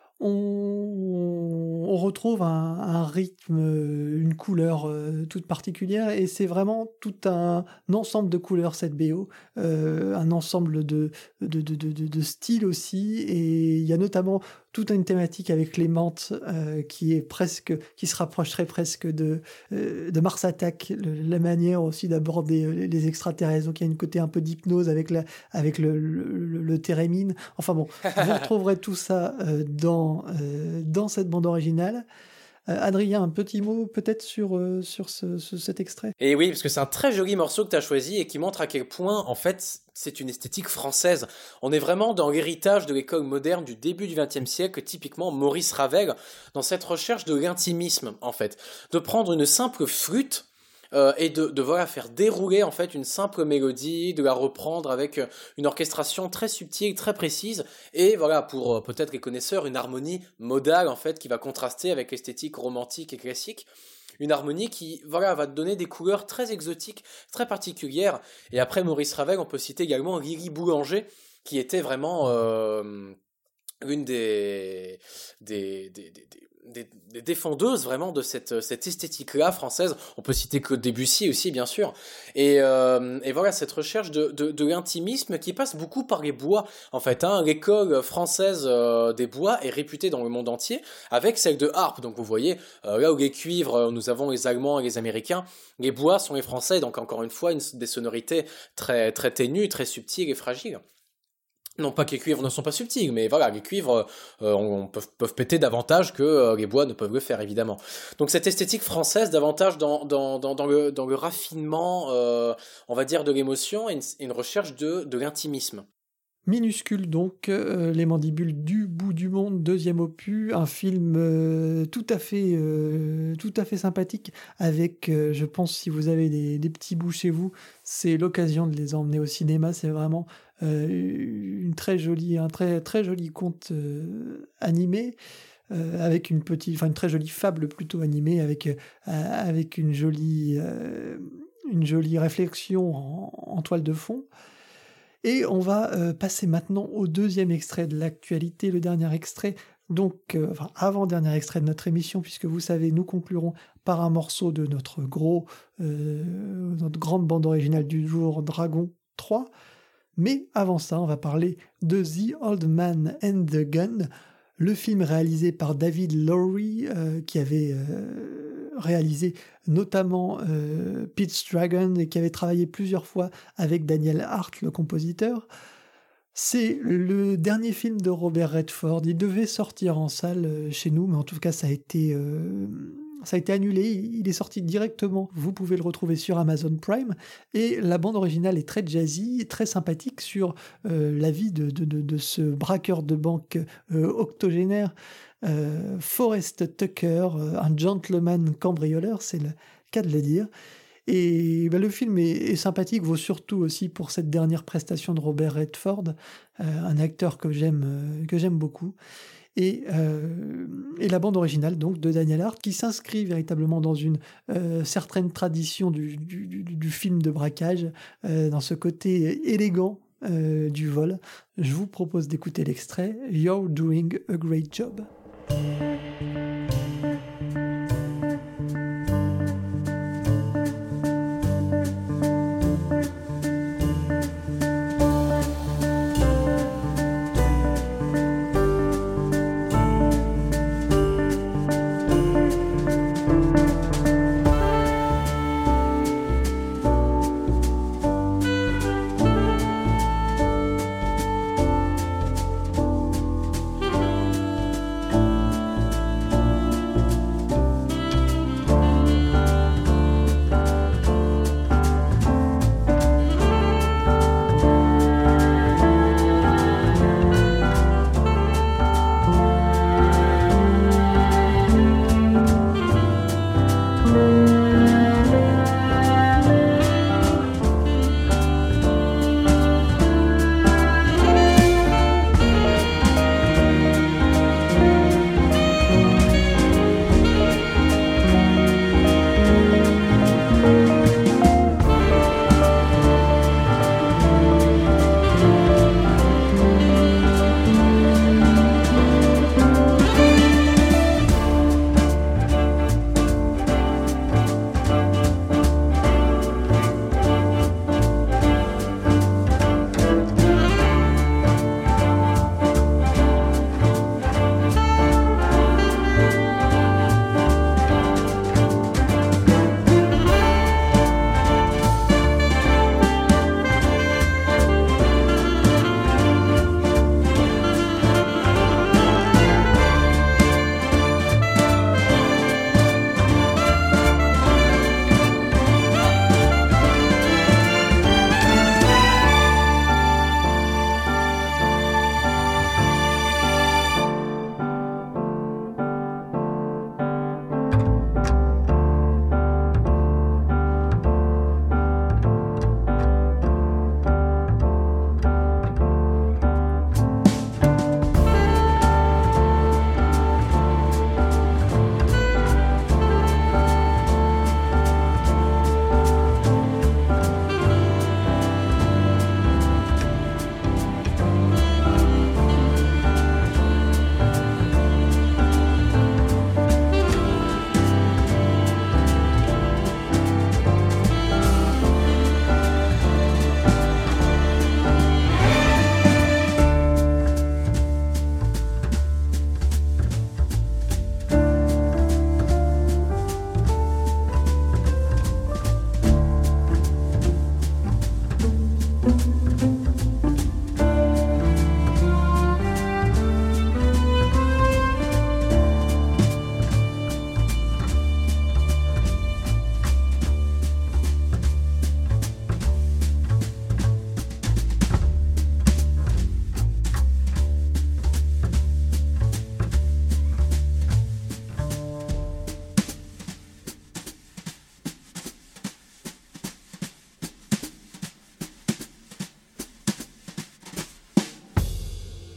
On, on retrouve un, un rythme, une couleur euh, toute particulière, et c'est vraiment tout un, un ensemble de couleurs, cette B O, euh, un ensemble de, de, de, de, de styles aussi, et il y a notamment toute une thématique avec les menthes euh, qui est presque, qui se rapprocherait presque de, euh, de Mars Attack, le, la manière aussi d'aborder les, les extraterrestres. Donc il y a une côté un peu d'hypnose avec, la, avec le, le, le thérémine. Enfin bon, vous retrouverez tout ça euh, dans, euh, dans cette bande originale. Euh, Adrien, un petit mot peut-être sur, euh, sur ce, ce, cet extrait? Et oui, parce que c'est un très joli morceau que tu as choisi et qui montre à quel point, en fait, c'est une esthétique française. On est vraiment dans l'héritage de l'école moderne du début du vingtième siècle, typiquement Maurice Ravel, dans cette recherche de l'intimisme, en fait. De prendre une simple flûte, Euh, et de, de voilà faire dérouler en fait une simple mélodie, de la reprendre avec une orchestration très subtile, très précise, et voilà pour euh, peut-être les connaisseurs une harmonie modale en fait qui va contraster avec l'esthétique romantique et classique, une harmonie qui voilà va donner des couleurs très exotiques, très particulières. Et après Maurice Ravel, on peut citer également Lily Boulanger qui était vraiment euh, l'une des des, des, des, des Des, des défendeuses vraiment de cette, cette esthétique-là française. On peut citer Claude Debussy aussi, bien sûr. Et, euh, et voilà, cette recherche de, de, de l'intimisme qui passe beaucoup par les bois. En fait, hein, l'école française euh, des bois est réputée dans le monde entier, avec celle de harpe. Donc vous voyez, euh, là où les cuivres, nous avons les Allemands et les Américains, les bois sont les Français. Donc encore une fois, une, des sonorités très, très ténues, très subtiles et fragiles. Non pas que les cuivres ne sont pas subtils, mais voilà, les cuivres euh, on, peuvent, peuvent péter davantage que euh, les bois ne peuvent le faire, évidemment. Donc cette esthétique française, davantage dans, dans, dans, dans, le, dans le raffinement, euh, on va dire, de l'émotion et une, une recherche de, de l'intimisme. Minuscule donc, euh, Les Mandibules du bout du monde, deuxième opus, un film euh, tout à fait, euh, tout à fait sympathique avec, euh, je pense, si vous avez des, des petits bouts chez vous, c'est l'occasion de les emmener au cinéma. C'est vraiment euh, une très jolie, un très très joli conte euh, animé. Euh, avec une petite, enfin une très jolie fable plutôt animée, avec euh, avec une jolie, euh, une jolie réflexion en, en toile de fond. Et on va euh, passer maintenant au deuxième extrait de l'actualité, le dernier extrait, donc, euh, enfin, avant-dernier extrait de notre émission, puisque vous savez, nous conclurons par un morceau de notre gros, euh, notre grande bande originale du jour, Dragon trois. Mais avant ça, on va parler de The Old Man and the Gun, le film réalisé par David Lowery, euh, qui avait euh, réalisé notamment euh, Pete's Dragon et qui avait travaillé plusieurs fois avec Daniel Hart, le compositeur. C'est le dernier film de Robert Redford. Il devait sortir en salle chez nous, mais en tout cas, ça a été, euh, ça a été annulé. Il est sorti directement. Vous pouvez le retrouver sur Amazon Prime. Et la bande originale est très jazzy, très sympathique sur euh, la vie de, de, de, de ce braqueur de banque euh, octogénaire, euh, Forrest Tucker, euh, un gentleman cambrioleur, c'est le cas de le dire. Et ben, le film est, est sympathique, vaut surtout aussi pour cette dernière prestation de Robert Redford, euh, un acteur que j'aime, euh, que j'aime beaucoup. Et, euh, et la bande originale donc de Daniel Hart, qui s'inscrit véritablement dans une euh, certaine tradition du, du, du, du film de braquage, euh, dans ce côté élégant euh, du vol. Je vous propose d'écouter l'extrait « You're doing a great job ».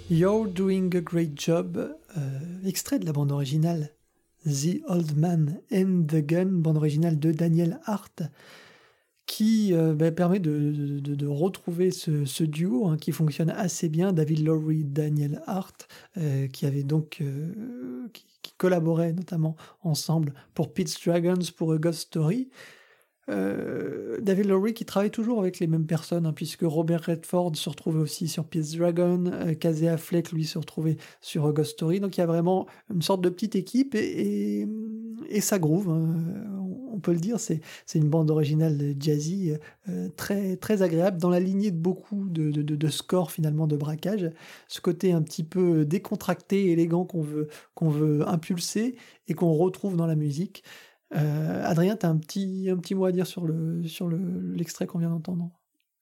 You're Doing a Great Job, euh, extrait de la bande originale The Old Man and the Gun, bande originale de Daniel Hart, qui euh, bah, permet de, de, de retrouver ce, ce duo hein, qui fonctionne assez bien, David Lowery, Daniel Hart, euh, qui avait donc euh, qui, qui collaboraient notamment ensemble pour Pete's Dragons, pour A Ghost Story. Euh, David Lowery qui travaille toujours avec les mêmes personnes, hein, puisque Robert Redford se retrouvait aussi sur Pete's Dragon, euh, Casey Affleck lui se retrouvait sur A Ghost Story, donc il y a vraiment une sorte de petite équipe et, et, et ça groove, hein. On peut le dire, c'est, c'est une bande originale jazzy euh, très, très agréable, dans la lignée de beaucoup de, de, de, de scores finalement de braquage, ce côté un petit peu décontracté, élégant qu'on veut, qu'on veut impulser et qu'on retrouve dans la musique. Euh, Adrien, tu as un petit, un petit mot à dire sur, le, sur le, l'extrait qu'on vient d'entendre?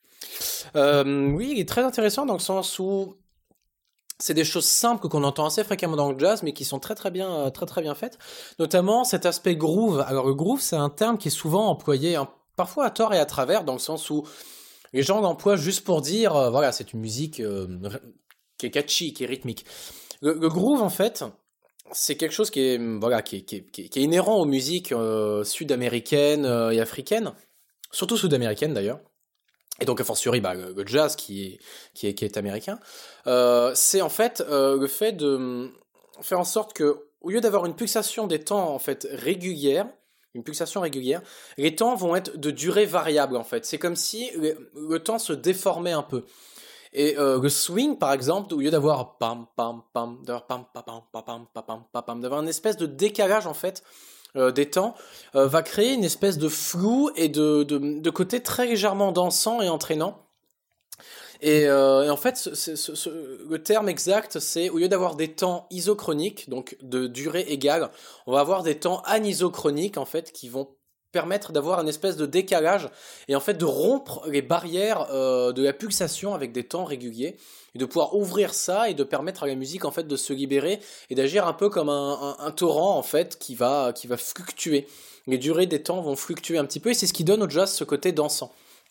euh, Oui, il est très intéressant dans le sens où c'est des choses simples qu'on entend assez fréquemment dans le jazz, mais qui sont très très bien, très très bien faites. Notamment cet aspect groove. Alors le groove, c'est un terme qui est souvent employé, hein, parfois à tort et à travers, dans le sens où les gens l'emploient juste pour dire, euh, voilà, c'est une musique euh, qui est catchy, qui est rythmique. Le, le groove, en fait, c'est quelque chose qui est, voilà, qui est, qui est, qui est, qui est inhérent aux musiques euh, sud-américaines euh, et africaines, surtout sud-américaines d'ailleurs. Et donc a fortiori bah, le, le jazz qui est, qui est, qui est américain, euh, c'est en fait euh, le fait de faire en sorte que, au lieu d'avoir une pulsation des temps en fait régulière, une pulsation régulière, les temps vont être de durée variable en fait. C'est comme si le, le temps se déformait un peu. Et euh, le swing, par exemple, au lieu d'avoir pam pam pam, d'avoir pam pam pam pam pam pam pam pam, d'avoir une espèce de décalage en fait euh, des temps, euh, va créer une espèce de flou et de de, de côté très légèrement dansant et entraînant. Et, euh, et en fait, ce, ce, ce, le terme exact, c'est au lieu d'avoir des temps isochroniques, donc de durée égale, on va avoir des temps anisochroniques en fait qui vont permettre d'avoir une espèce de décalage et en fait de rompre les barrières euh, de la pulsation avec des temps réguliers et de pouvoir ouvrir ça et de permettre à la musique en fait de se libérer et d'agir un peu comme un, un, un torrent en fait qui va, qui va fluctuer. Les durées des temps vont fluctuer un petit peu et c'est ce qui donne au jazz ce côté dansant.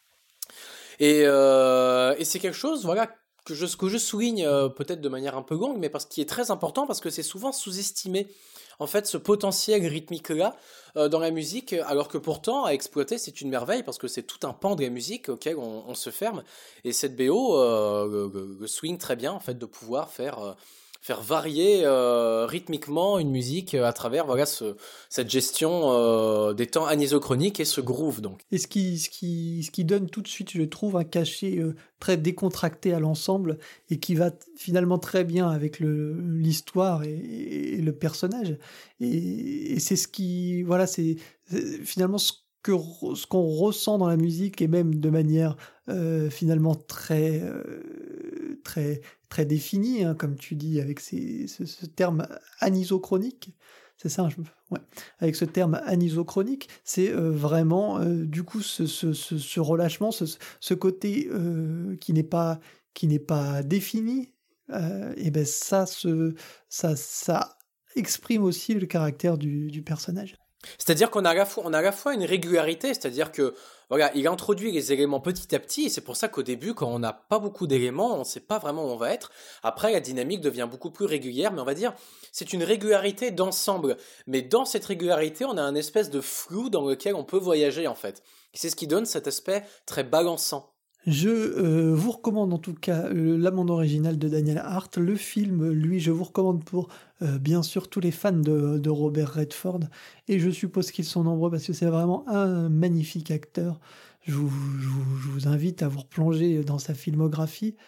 Et, euh, et c'est quelque chose, voilà, que je, que je souligne euh, peut-être de manière un peu longue, mais parce qu'il est très important parce que c'est souvent sous-estimé. En fait, ce potentiel rythmique-là euh, dans la musique, alors que pourtant, à exploiter, c'est une merveille parce que c'est tout un pan de la musique auquel on, on se ferme. Et cette B O euh, le, le swing très bien, en fait, de pouvoir faire, euh, faire varier euh, rythmiquement une musique à travers voilà, ce, cette gestion euh, des temps anisochroniques et ce groove. Donc. Et ce qui, ce, qui, ce qui donne tout de suite, je trouve, un cachet euh, très décontracté à l'ensemble et qui va t- finalement très bien avec le, l'histoire et, et le personnage. Et, et c'est ce qui, voilà, c'est, c'est finalement ce, que, ce qu'on ressent dans la musique et même de manière euh, finalement très, euh, très, très définie, hein, comme tu dis, avec ces, ce, ce terme anisochronique. C'est ça, je... ouais. Avec ce terme anisochronique, c'est euh, vraiment euh, du coup ce, ce, ce, ce relâchement, ce, ce côté euh, qui n'est pas qui n'est pas défini. Euh, et ben ça, se, ça, ça exprime aussi le caractère du, du personnage. C'est-à-dire qu'on a à la fois, on a à la fois une régularité, c'est-à-dire que voilà, il introduit les éléments petit à petit, et c'est pour ça qu'au début, quand on n'a pas beaucoup d'éléments, on ne sait pas vraiment où on va être. Après, la dynamique devient beaucoup plus régulière, mais on va dire, c'est une régularité d'ensemble. Mais dans cette régularité, on a un espèce de flou dans lequel on peut voyager, en fait. Et c'est ce qui donne cet aspect très balançant. Je euh, vous recommande en tout cas euh, la bande originale de Daniel Hart. Le film, lui, je vous recommande pour euh, bien sûr tous les fans de, de Robert Redford. Et je suppose qu'ils sont nombreux parce que c'est vraiment un magnifique acteur. Je vous, je vous, je vous invite à vous replonger dans sa filmographie.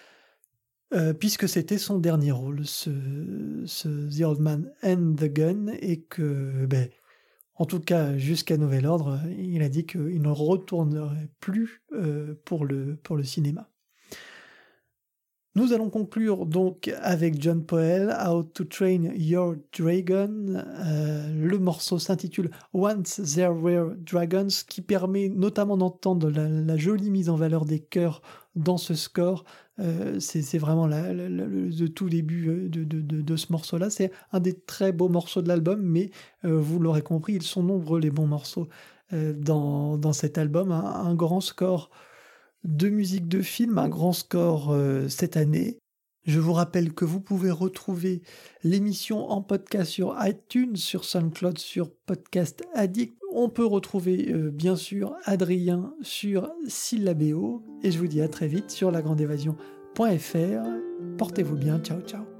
Euh, puisque c'était son dernier rôle, ce, ce The Old Man and the Gun, et que, ben, en tout cas, jusqu'à nouvel ordre, il a dit qu'il ne retournerait plus euh, pour, le, pour le cinéma. Nous allons conclure donc avec John Powell, How to Train Your Dragon. Euh, le morceau s'intitule Once There Were Dragons, qui permet notamment d'entendre la, la jolie mise en valeur des chœurs dans ce score. Euh, c'est, c'est vraiment la, la, la, le tout début de, de, de, de ce morceau-là. C'est un des très beaux morceaux de l'album, mais euh, vous l'aurez compris, ils sont nombreux les bons morceaux euh, dans, dans cet album. Un, un grand score de musique de film, un grand score euh, cette année. Je vous rappelle que vous pouvez retrouver l'émission en podcast sur iTunes, sur SoundCloud, sur Podcast Addict. On peut retrouver euh, bien sûr Adrien sur Syllabéo. Et je vous dis à très vite sur la grande évasion point f r. Portez-vous bien, ciao ciao.